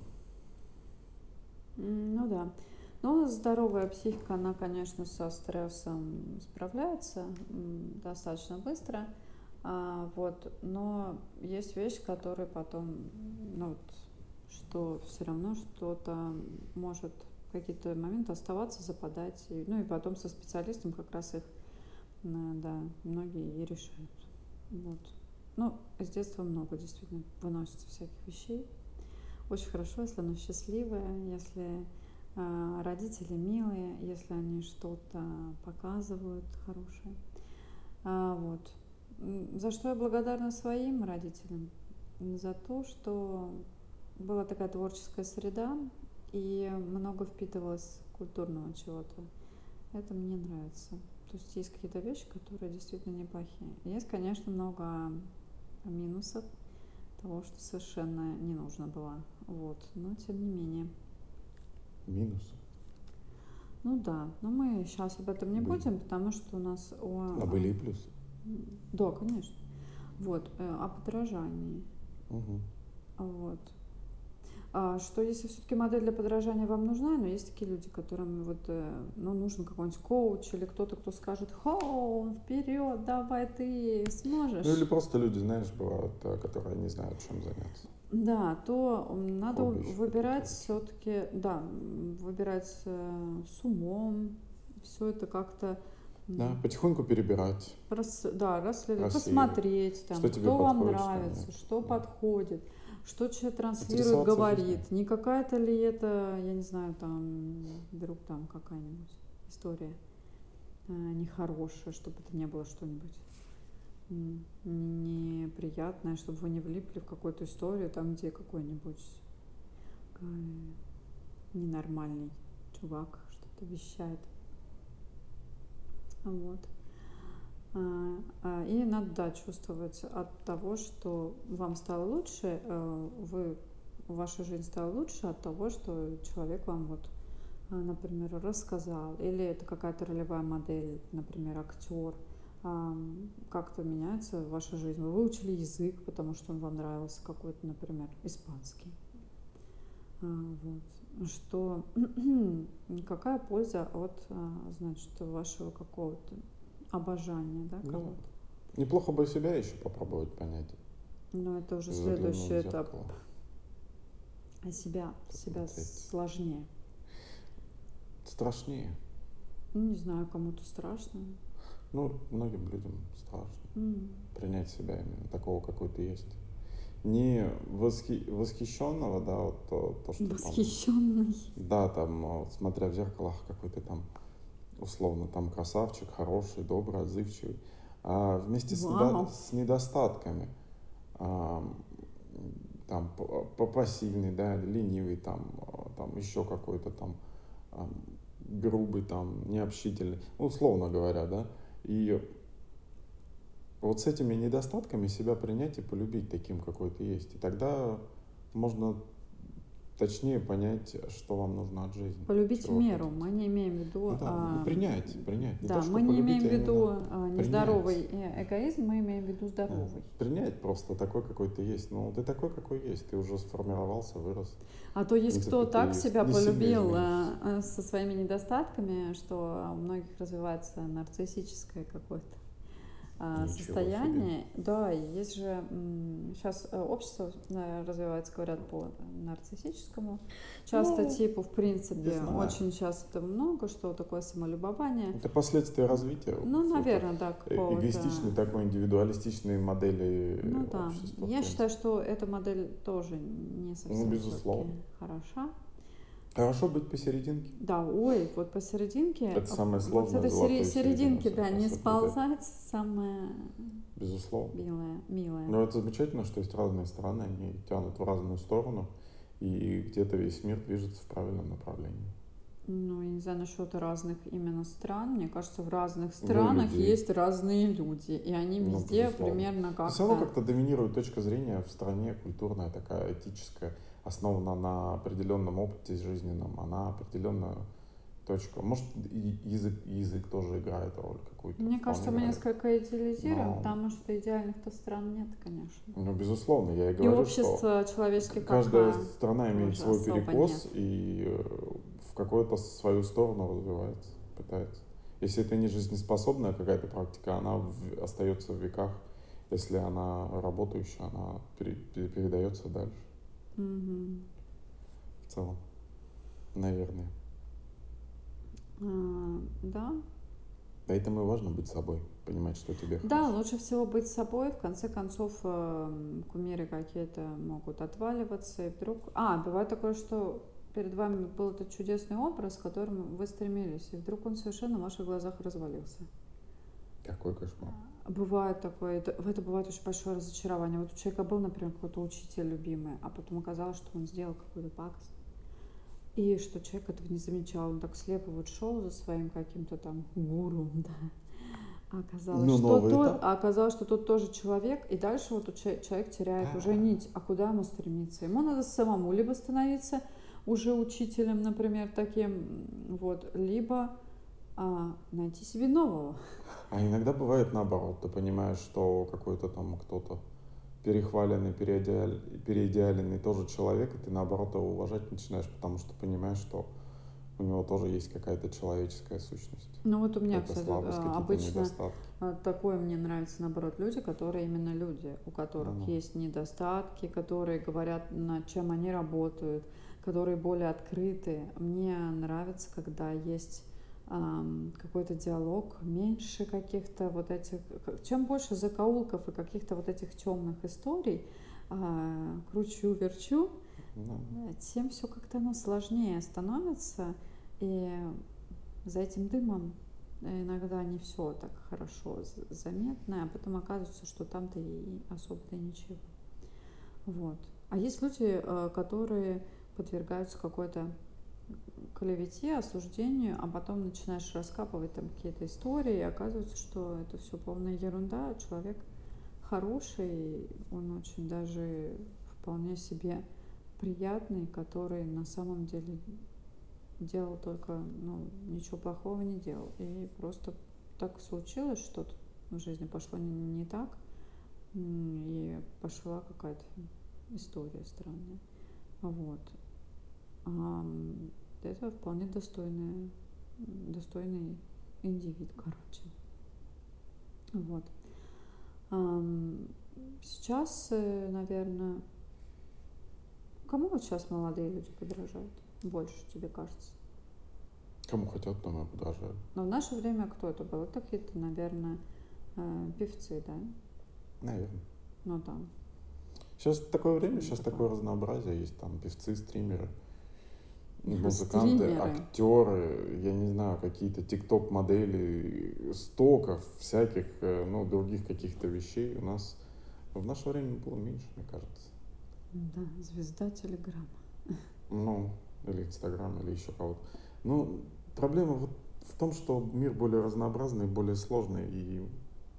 Speaker 1: М, Ну да. Но здоровая психика, она, конечно, со стрессом справляется м, достаточно быстро. А, вот, но есть вещи, которые потом, ну вот, что все равно что-то может в какие-то моменты оставаться, западать. И, ну и потом со специалистом как раз их, м, да, многие и решают. Вот. Ну, с детства много действительно выносится всяких вещей. Очень хорошо, если оно счастливое, если э, родители милые, если они что-то показывают хорошее. А, вот. М, За что я благодарна своим родителям? За то, что была такая творческая среда и много впитывалось культурного чего-то. Это мне нравится. То есть есть какие-то вещи, которые действительно неплохие. Есть, конечно, много минусов того, что совершенно не нужно было. Вот. Но тем не менее.
Speaker 2: Минусы
Speaker 1: Ну да, но мы сейчас об этом не
Speaker 2: были.
Speaker 1: будем, потому что у нас о,
Speaker 2: А
Speaker 1: о-
Speaker 2: были и плюсы.
Speaker 1: да, конечно. Вот, э, о подражании.
Speaker 2: Угу.
Speaker 1: Вот. А что если все-таки модель для подражания вам нужна, но есть такие люди, которым вот, э, ну, нужен какой-нибудь коуч или кто-то, кто скажет: хоу, вперед, давай, ты
Speaker 2: Ну или
Speaker 1: сможешь.
Speaker 2: просто люди, знаешь, бывают, э, которые не знают, чем заняться.
Speaker 1: Да, то м, надо
Speaker 2: Хобби ищут какие-то
Speaker 1: выбирать
Speaker 2: такие.
Speaker 1: все-таки, да, м, выбирать э, с умом, все это как-то
Speaker 2: Да,
Speaker 1: м,
Speaker 2: потихоньку перебирать,
Speaker 1: прос- да, расследовать,
Speaker 2: просеивать,
Speaker 1: посмотреть,
Speaker 2: что
Speaker 1: там,
Speaker 2: тебе
Speaker 1: кто вам
Speaker 2: подходит, что нет.
Speaker 1: нравится, что
Speaker 2: Да.
Speaker 1: подходит, что человек транслирует,
Speaker 2: Интересоваться жизнью.
Speaker 1: говорит. Не какая-то ли это, я не знаю, там, вдруг там какая-нибудь история э, нехорошая, чтобы это не было что-нибудь м, неприятное, чтобы вы не влипли в какую-то историю, там, где какой-нибудь э, ненормальный чувак что-то вещает. Вот. А, а, И надо, да, чувствовать от того, что вам стало лучше, э, вы, ваша жизнь стала лучше от того, что человек вам вот, а, например, рассказал, или это какая-то ролевая модель, например, актер, ам, как-то меняется ваша жизнь. Вы выучили язык, потому что он вам нравился какой-то, например, испанский. А, Вот. Что какая польза от, а, значит, вашего какого-то обожания, да,
Speaker 2: Да.
Speaker 1: кого-то?
Speaker 2: Неплохо бы себя еще попробовать понять.
Speaker 1: Но это уже
Speaker 2: Заглянуть
Speaker 1: следующий
Speaker 2: в
Speaker 1: этап.
Speaker 2: зеркало,
Speaker 1: А себя, себя
Speaker 2: посмотреть.
Speaker 1: сложнее.
Speaker 2: Страшнее.
Speaker 1: Ну, не знаю, кому-то страшно.
Speaker 2: Ну, многим людям страшно
Speaker 1: М.
Speaker 2: принять себя именно такого, какой ты есть. Не восхи- восхищенного, да, вот то, то, что там,
Speaker 1: Восхищенный.
Speaker 2: да, там, а, вот смотря в зеркало, какой ты там, условно, там красавчик, хороший, добрый, отзывчивый, а вместе с, недо-
Speaker 1: Вау.
Speaker 2: с недостатками, а, там, п- п- пассивный, да, ленивый, там, а, там, еще какой-то там, а, грубый, там, необщительный, ну, условно говоря, да, и вот с этими недостатками себя принять и полюбить таким, какой ты есть. И тогда можно точнее понять, что вам нужно от жизни,
Speaker 1: Полюбить в
Speaker 2: чего вы
Speaker 1: меру.
Speaker 2: хотите.
Speaker 1: Мы не имеем в виду,
Speaker 2: Ну да, ну,
Speaker 1: а,
Speaker 2: принять, принять. Не то,
Speaker 1: да,
Speaker 2: что
Speaker 1: мы не
Speaker 2: полюбить,
Speaker 1: имеем в
Speaker 2: а именно
Speaker 1: виду а,
Speaker 2: принять.
Speaker 1: нездоровый э- эгоизм, мы имеем в виду
Speaker 2: Да.
Speaker 1: здоровый.
Speaker 2: Принять просто такой, какой ты есть. Ну, ты такой, какой есть. Ты уже сформировался, вырос.
Speaker 1: А то
Speaker 2: В
Speaker 1: есть кто
Speaker 2: принципе,
Speaker 1: так
Speaker 2: ты
Speaker 1: себя
Speaker 2: не сильно
Speaker 1: полюбил
Speaker 2: изменишься.
Speaker 1: э, э, со своими недостатками, что у многих развивается нарциссическое какое-то а,
Speaker 2: Ничего себе.
Speaker 1: состояние. Да, и есть же сейчас общество э, развивается, говорят, по нарциссическому часто
Speaker 2: Ну,
Speaker 1: типу, в
Speaker 2: не
Speaker 1: принципе,
Speaker 2: знаю.
Speaker 1: очень часто много, что такое самолюбование.
Speaker 2: Это последствия развития
Speaker 1: Ну,
Speaker 2: вот, вот,
Speaker 1: наверное, да,
Speaker 2: э,
Speaker 1: какого-то.
Speaker 2: эгоистичной, такой индивидуалистичной модели
Speaker 1: Ну да,
Speaker 2: общества, в
Speaker 1: я считаю,
Speaker 2: принципе.
Speaker 1: что эта модель тоже не
Speaker 2: Ну,
Speaker 1: совсем все-таки
Speaker 2: безусловно.
Speaker 1: хороша.
Speaker 2: Хорошо быть посерединке.
Speaker 1: Да, ой, вот посерединке,
Speaker 2: Это самое
Speaker 1: вот с
Speaker 2: сложное,
Speaker 1: этой сери-
Speaker 2: золотую середину
Speaker 1: серединки, да,
Speaker 2: все-таки
Speaker 1: не
Speaker 2: соблюдать.
Speaker 1: сползать, самое
Speaker 2: Безусловно.
Speaker 1: милое, милое.
Speaker 2: Но это замечательно, что есть разные стороны, они тянут в разную сторону, и где-то весь мир движется в правильном направлении.
Speaker 1: Ну, я не знаю насчет разных именно стран. Мне кажется, в разных
Speaker 2: Ну и
Speaker 1: странах
Speaker 2: людей.
Speaker 1: есть разные люди, и они
Speaker 2: Ну,
Speaker 1: везде
Speaker 2: безусловно.
Speaker 1: примерно
Speaker 2: Но все равно
Speaker 1: как-то.
Speaker 2: как-то доминирует точка зрения в стране культурная, такая этическая, основана на определенном опыте жизненном, она определенная точка. Может, и язык, язык тоже играет роль какую-то,
Speaker 1: Мне
Speaker 2: вполне
Speaker 1: кажется, мы
Speaker 2: вероятно.
Speaker 1: несколько идеализируем,
Speaker 2: Но,
Speaker 1: потому что идеальных-то стран нет, конечно.
Speaker 2: ну, безусловно, я и
Speaker 1: И
Speaker 2: говорю, что
Speaker 1: общество
Speaker 2: к-
Speaker 1: человеческих
Speaker 2: каждая
Speaker 1: пока
Speaker 2: страна имеет
Speaker 1: тоже
Speaker 2: свой
Speaker 1: особо нет.
Speaker 2: перекос и э, в какую-то свою сторону развивается, пытается. Если это не жизнеспособная какая-то практика, она в- остается в веках. Если она работающая, она пере- пере- передается дальше.
Speaker 1: Мгм.
Speaker 2: В целом, наверное.
Speaker 1: А, да.
Speaker 2: Поэтому и важно быть собой, понимать, что тебе
Speaker 1: Да,
Speaker 2: хорошо.
Speaker 1: лучше всего быть собой. В конце концов, эм, кумиры какие-то могут отваливаться, и вдруг... А, бывает такое, что перед вами был этот чудесный образ, к которому вы стремились, и вдруг он совершенно в ваших глазах развалился.
Speaker 2: Какой кошмар.
Speaker 1: Бывает такое, это, в это бывает очень большое разочарование. Вот у человека был, например, какой-то учитель любимый, а потом оказалось, что он сделал какую-то пакость. И что человек этого не замечал, он так слепо вот шел за своим каким-то там гуру, да. А оказалось,
Speaker 2: Ну,
Speaker 1: что
Speaker 2: новый
Speaker 1: тот,
Speaker 2: этап.
Speaker 1: а оказалось, что тот тоже человек, и дальше вот человек теряет уже
Speaker 2: Да.
Speaker 1: нить, а куда ему стремиться? Ему надо самому либо становиться уже учителем, например, таким, вот, либо а, найти себе нового.
Speaker 2: А иногда бывает наоборот. Ты понимаешь, что какой-то там кто-то перехваленный, переидеаль... переидеаленный тоже человек, и ты наоборот его уважать начинаешь, потому что понимаешь, что у него тоже есть какая-то человеческая сущность,
Speaker 1: Ну вот у меня,
Speaker 2: какая-то
Speaker 1: кстати,
Speaker 2: слабость,
Speaker 1: э,
Speaker 2: какие-то
Speaker 1: обычно
Speaker 2: недостатки.
Speaker 1: э, такое мне нравится, наоборот, люди, которые именно люди, у которых
Speaker 2: Ну,
Speaker 1: есть недостатки, которые говорят, над чем они работают, которые более открыты. Мне нравится, когда есть ам, какой-то диалог, меньше каких-то вот этих, к- чем больше закоулков и каких-то вот этих темных историй, а, кручу-верчу,
Speaker 2: ну,
Speaker 1: э, тем все как-то оно сложнее становится. И за этим дымом э, иногда не все так хорошо заметно, а потом оказывается, что там-то и особо-то и ничего. Вот. А есть люди, э, которые подвергаются какой-то клевете, осуждению, а потом начинаешь раскапывать там какие-то истории, и оказывается, что это все полная ерунда, человек хороший, он очень даже вполне себе приятный, который на самом деле делал только, ну, ничего плохого не делал. И просто так случилось, что-то в жизни пошло не, не так, и пошла какая-то история странная. Вот. А это вполне достойный, достойный индивид, короче. Вот. Сейчас, наверное, кому вот сейчас молодые люди подражают? Больше, тебе кажется?
Speaker 2: кому хотят, тому и подражают.
Speaker 1: Но в наше время кто это был? Это какие-то, наверное, э, певцы, да?
Speaker 2: Наверное.
Speaker 1: Ну там,
Speaker 2: Сейчас такое время,
Speaker 1: что-нибудь
Speaker 2: сейчас
Speaker 1: такое.
Speaker 2: такое разнообразие есть, там певцы, стримеры, музыканты,
Speaker 1: Стримеры.
Speaker 2: актеры, я не знаю, какие-то тикток-модели, стоков всяких, э, ну, других каких-то вещей у нас в наше время было меньше, мне кажется.
Speaker 1: Да, звезда Телеграма.
Speaker 2: Ну, или Инстаграм, или еще кого-то. Ну, проблема вот в том, что мир более разнообразный, более сложный, и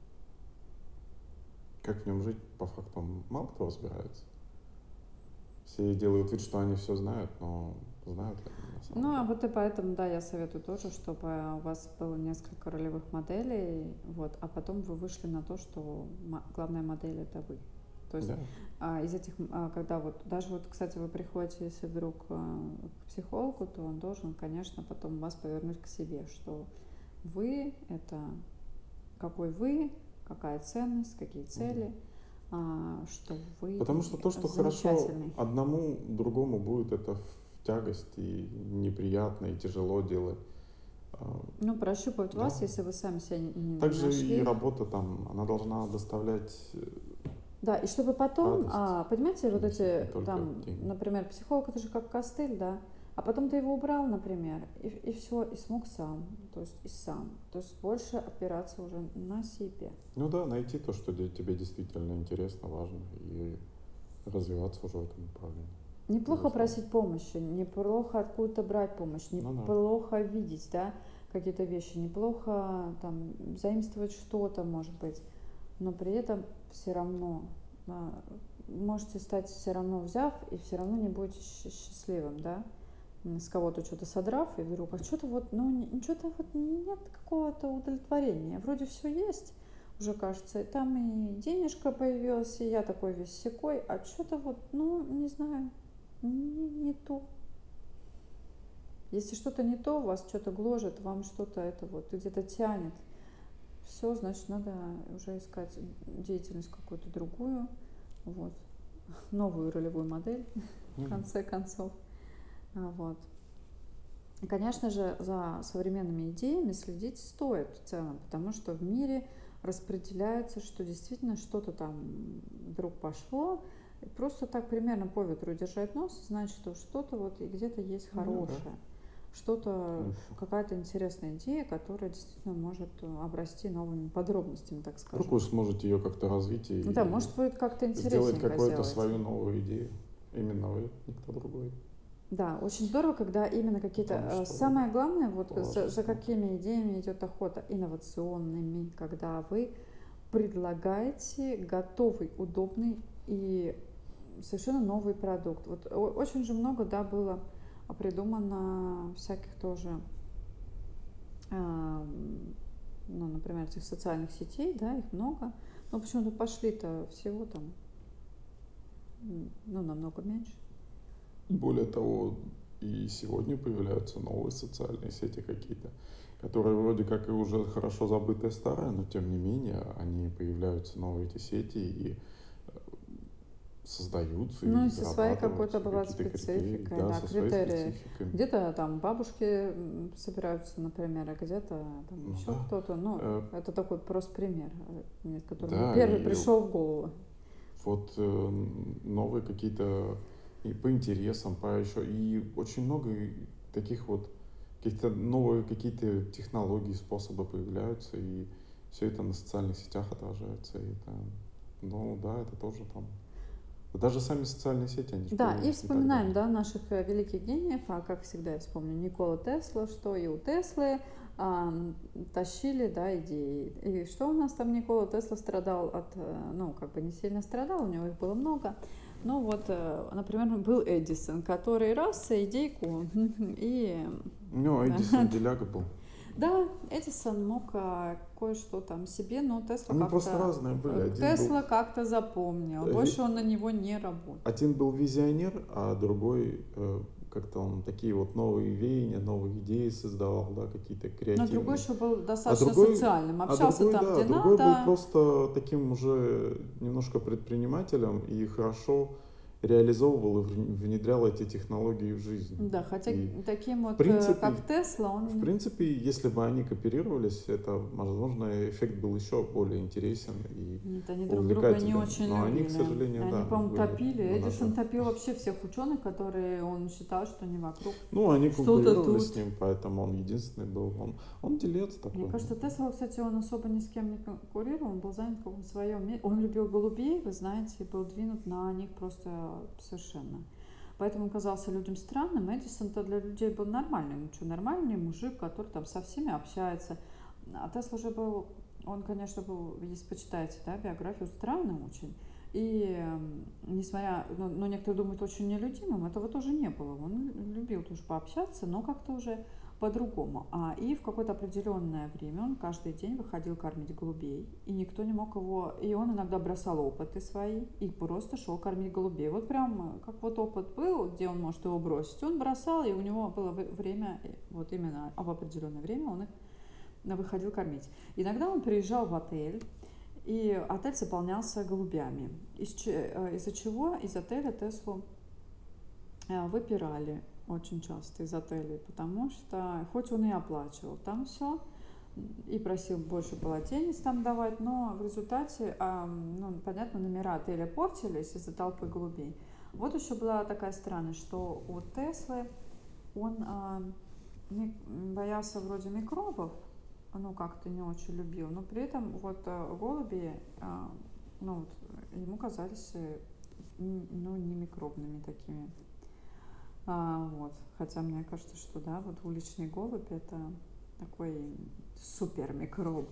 Speaker 2: как в нем жить, по факту, мало кто разбирается. Все делают вид, что они все знают, но знают ли они на самом
Speaker 1: Ну, а
Speaker 2: деле?
Speaker 1: вот и поэтому, да, я советую тоже, чтобы у вас было несколько ролевых моделей, вот, а потом вы вышли на то, что ма- главная модель это вы. То есть
Speaker 2: Да.
Speaker 1: а, из этих, м, а, когда вот, даже вот, кстати, вы приходите, если вдруг а, к психологу, то он должен, конечно, потом вас повернуть к себе, что вы это какой вы, какая ценность, какие
Speaker 2: Мгм.
Speaker 1: цели, а, что вы
Speaker 2: Потому что то, что хорошо
Speaker 1: замечательный.
Speaker 2: одному, другому будет это в тягость и неприятно, и тяжело делать. А,
Speaker 1: Ну, прощупать
Speaker 2: Да.
Speaker 1: вас, если вы сами себя не не
Speaker 2: Также и
Speaker 1: нашли.
Speaker 2: работа там, она должна доставлять э,
Speaker 1: Да, и чтобы потом,
Speaker 2: радость,
Speaker 1: а, понимаете, вот
Speaker 2: приносить не
Speaker 1: эти,
Speaker 2: только
Speaker 1: там,
Speaker 2: деньги.
Speaker 1: например, психолог это же как костыль, да, а потом ты его убрал, например, и, и все, и смог сам, то есть и сам, то есть больше опираться уже на себе.
Speaker 2: Ну да, найти то, что де- тебе действительно интересно, важно, и развиваться уже в этом направлении,
Speaker 1: Неплохо
Speaker 2: безусловно.
Speaker 1: просить помощи, неплохо откуда-то брать помощь,
Speaker 2: Ну да.
Speaker 1: неплохо видеть, да, какие-то вещи, неплохо там заимствовать что-то, может быть, но при этом все равно а, можете стать все равно взяв, и все равно не будете щ- счастливым, да, М, с кого-то что-то содрав, и вдруг, а что-то вот, ну, ничего-то вот нет какого-то удовлетворения, вроде все есть, уже кажется, и там и денежка появилась, и я такой весь секой, а что-то вот, ну, не знаю, не, не то. Если что-то не то, вас что-то гложет, вам что-то это вот где-то тянет, все, значит, надо уже искать деятельность какую-то другую, вот, новую ролевую модель, в
Speaker 2: Мгм.
Speaker 1: конце концов. А, Вот. И, конечно же, за современными идеями следить стоит в целом, потому что в мире распределяется, что действительно что-то там вдруг пошло, и просто так примерно по ветру держать нос, значит, что что-то вот и где-то есть
Speaker 2: Ну да,
Speaker 1: хорошее, что-то,
Speaker 2: конечно.
Speaker 1: какая-то интересная идея, которая действительно может э, обрасти новыми подробностями, так
Speaker 2: Вдруг
Speaker 1: скажем.
Speaker 2: вы сможете ее как-то развить
Speaker 1: Ну да,
Speaker 2: и
Speaker 1: может, будет как-то
Speaker 2: сделать
Speaker 1: интересненько
Speaker 2: какую-то
Speaker 1: сделать.
Speaker 2: свою новую идею. Именно вы, никто другой.
Speaker 1: Да, очень здорово, когда именно какие-то...
Speaker 2: Потому
Speaker 1: э,
Speaker 2: что
Speaker 1: Самое главное, вот за, за
Speaker 2: положительно.
Speaker 1: какими идеями идет охота, инновационными, когда вы предлагаете готовый, удобный и совершенно новый продукт. Вот о- очень же много, да, было придумано всяких тоже, ам, ну, например, этих социальных сетей, да, их много, но почему-то пошли-то всего там, м, ну, намного меньше.
Speaker 2: Более того, и сегодня появляются новые социальные сети какие-то, которые вроде как и уже хорошо забытые старые, но тем не менее они появляются новые эти сети и создаются и
Speaker 1: Ну и со своей какой-то
Speaker 2: зарабатываются
Speaker 1: бывает
Speaker 2: какие-то критерии,
Speaker 1: спецификой,
Speaker 2: да,
Speaker 1: да,
Speaker 2: со своей
Speaker 1: критерии.
Speaker 2: спецификой.
Speaker 1: Где-то там бабушки м, собираются, например, а где-то там
Speaker 2: Ну
Speaker 1: еще
Speaker 2: да,
Speaker 1: кто-то. Ну,
Speaker 2: Э,
Speaker 1: это такой просто пример, э, нет, который мне
Speaker 2: да,
Speaker 1: первый
Speaker 2: и
Speaker 1: пришел в голову.
Speaker 2: вот э, новые какие-то и по интересам, по еще, и очень много и таких вот каких-то новые какие-то технологии, способы появляются, и все это на социальных сетях отражается, и это, ну да, это тоже там. Даже сами социальные сети, они же
Speaker 1: Да, и
Speaker 2: появились не так
Speaker 1: вспоминаем,
Speaker 2: давно.
Speaker 1: да, наших э, великих гениев, а как всегда я вспомню Никола Тесла, что и у Теслы ам, тащили, да, идеи. И что у нас там Никола Тесла страдал от, э, ну, как бы не сильно страдал, у него их было много. Ну вот, э, например, был Эдисон, который раз, идейку, и
Speaker 2: Ну, Эдисон деляга был.
Speaker 1: да, Эдисон мог а, кое-что там себе, но Тесла
Speaker 2: Они просто
Speaker 1: как-то
Speaker 2: разные были.
Speaker 1: э,
Speaker 2: Один был,
Speaker 1: Тесла как-то запомнил.
Speaker 2: э, ви-
Speaker 1: Больше он на него не работал.
Speaker 2: один был визионер, а другой э, как-то он такие вот новые веяния, новые идеи создавал, да, какие-то
Speaker 1: Но другой
Speaker 2: креативные.
Speaker 1: еще был
Speaker 2: А
Speaker 1: достаточно
Speaker 2: другой,
Speaker 1: социальным,
Speaker 2: а
Speaker 1: общался
Speaker 2: другой,
Speaker 1: там,
Speaker 2: да,
Speaker 1: где
Speaker 2: другой был
Speaker 1: надо.
Speaker 2: просто таким уже немножко предпринимателем и хорошо реализовывал и вн- внедрял эти технологии в жизнь.
Speaker 1: Да, хотя
Speaker 2: И
Speaker 1: таким
Speaker 2: в
Speaker 1: вот, э,
Speaker 2: принципе,
Speaker 1: как Тесла,
Speaker 2: в
Speaker 1: он...
Speaker 2: принципе, если бы они кооперировались, это, возможно, эффект был еще более интересен и
Speaker 1: Нет, они друг друга не
Speaker 2: увлекателен.
Speaker 1: очень
Speaker 2: Но они, к
Speaker 1: любили.
Speaker 2: сожалению,
Speaker 1: Они,
Speaker 2: да,
Speaker 1: по-моему,
Speaker 2: были
Speaker 1: топили.
Speaker 2: на ножах.
Speaker 1: Эдисон топил вообще всех ученых, которые он считал, что не вокруг.
Speaker 2: Ну, они
Speaker 1: Что-то
Speaker 2: конкурировали
Speaker 1: тут.
Speaker 2: с ним, поэтому он единственный был. Он, он делец
Speaker 1: Мне
Speaker 2: такой. Ну,
Speaker 1: кажется, Тесла, кстати, он особо ни с кем не конкурировал, он был занят в каком-то своем мире. Он любил голубей, вы знаете, и был двинут на них просто совершенно. Поэтому он казался людям странным. Эдисон-то для людей был нормальный. Ну что, нормальный мужик, который там со всеми общается. А Тесла же был, он, конечно, был, если почитаете, да, биографию, странный очень. И м, несмотря, ну, ну, некоторые думают, очень нелюдимым, этого тоже не было. Он любил тоже пообщаться, но как-то уже по-другому. А, и в какое-то определенное время он каждый день выходил кормить голубей, и никто не мог его... И он иногда бросал опыты свои и просто шел кормить голубей. Вот прям как вот опыт был, где он может его бросить, он бросал, и у него было время, вот именно в определенное время он их выходил кормить. Иногда он приезжал в отель, и отель заполнялся голубями. Из, из-за чего из отеля Теслу выпирали очень часто из отелей, потому что, хоть он и оплачивал там все, и просил больше полотенец там давать, но в результате, ну, понятно, номера отеля портились из-за толпы голубей. Вот еще была такая странность, что у Теслы он боялся вроде микробов, ну, как-то не очень любил, но при этом вот голуби, ну, вот, ему казались, ну, не микробными такими. А, вот. Хотя мне кажется, что да, вот уличный голубь это такой супер микроб.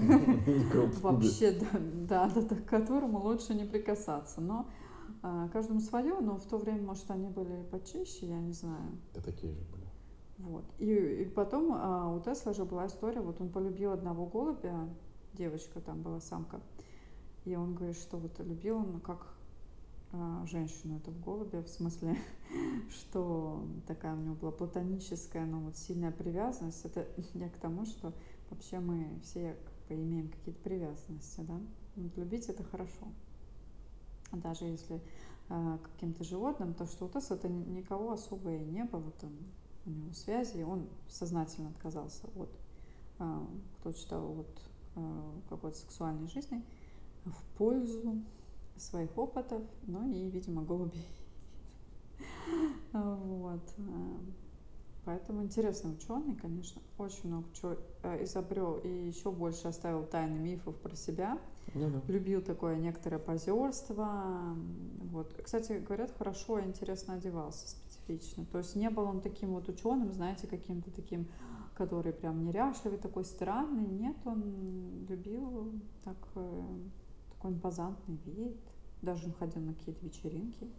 Speaker 1: Вообще, да, да, к которому лучше не прикасаться. Но каждому свое, но в то время, может, они были почище, я не знаю.
Speaker 2: Да, такие же были.
Speaker 1: Вот. И, и потом а, у Тесла же была история, вот он полюбил одного голубя, девочка там была, самка, и он говорит, что вот любил он как а, женщину этого голубя, в смысле, что такая у него была платоническая, но вот сильная привязанность. Это я к тому, что вообще мы все как бы имеем какие-то привязанности, да. Вот любить это хорошо. Даже если э, каким-то животным, то что у Тесла это никого особо и не было там у него связи, он сознательно отказался от, э, кто читал, от э, какой-то сексуальной жизни в пользу своих опытов, ну и, видимо, голубей. Вот. Поэтому интересный ученый, конечно, очень много чего изобрел и еще больше оставил тайны мифов про себя.
Speaker 2: Ну, да.
Speaker 1: Любил такое некоторое позерство. Вот. Кстати, говорят, хорошо и интересно одевался, специфично. То есть не был он таким вот ученым, знаете, каким-то таким, который прям неряшливый, такой странный. Нет, он любил так, такой импозантный вид. Даже он ходил на какие-то вечеринки.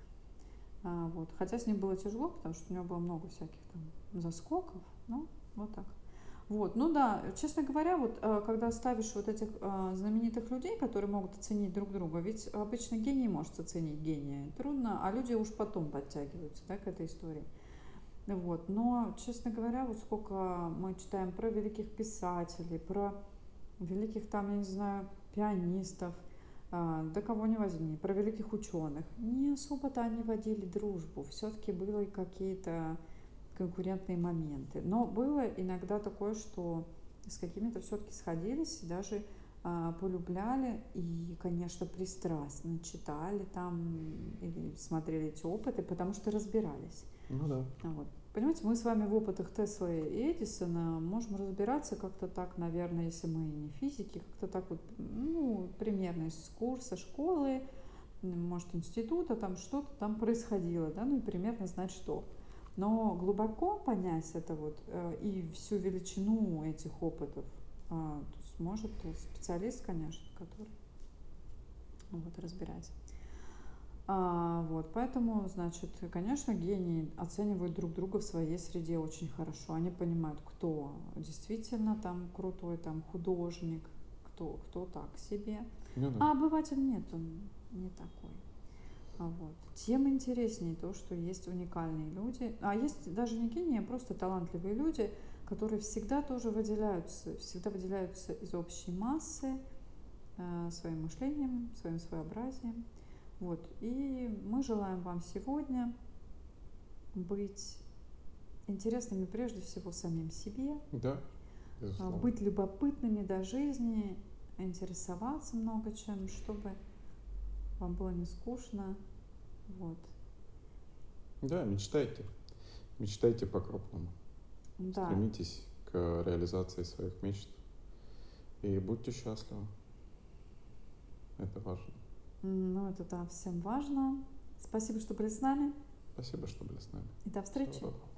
Speaker 1: А, вот. Хотя с ним было тяжело, потому что у него было много всяких там заскоков. Ну, вот так. Вот, ну да, честно говоря, вот когда ставишь вот этих э, знаменитых людей, которые могут оценить друг друга, ведь обычно гений может оценить гения, трудно, а люди уж потом подтягиваются, да, к этой истории. Вот, но, честно говоря, вот сколько мы читаем про великих писателей, про великих там, я не знаю, пианистов, э, да кого не возьми, про великих ученых, не особо-то они водили дружбу, все-таки было какие-то конкурентные моменты. Но было иногда такое, что с какими-то все-таки сходились, даже а, полюбляли и, конечно, пристрастно читали там или смотрели эти опыты, потому что разбирались.
Speaker 2: Ну да.
Speaker 1: Вот. Понимаете, мы с вами в опытах Теслы и Эдисона можем разбираться как-то так, наверное, если мы не физики, как-то так вот, ну, примерно из курса школы, может, института, там что-то там происходило, да, ну и примерно знать, что. Но глубоко понять это вот э, и всю величину этих опытов, э, то есть может специалист, конечно, который вот, разбирать. А, вот, поэтому, значит, конечно, гении оценивают друг друга в своей среде очень хорошо. Они понимают, кто действительно там крутой, там художник, кто, кто так себе.
Speaker 2: Ну, да.
Speaker 1: А обыватель нет, он не такой. Вот. Тем интереснее то, что есть уникальные люди, а есть даже не гении, а просто талантливые люди, которые всегда тоже выделяются, всегда выделяются из общей массы э, своим мышлением, своим своеобразием. Вот. И мы желаем вам сегодня быть интересными прежде всего самим себе,
Speaker 2: Да, безусловно.
Speaker 1: быть любопытными до жизни, интересоваться много чем, чтобы вам было не скучно. Вот.
Speaker 2: Да, мечтайте. Мечтайте по-крупному.
Speaker 1: Да.
Speaker 2: Стремитесь к реализации своих мечт. И будьте счастливы. Это важно.
Speaker 1: Ну, это да, всем важно. Спасибо, что были с нами.
Speaker 2: Спасибо, что были с нами.
Speaker 1: И до встречи.
Speaker 2: Всего доброго.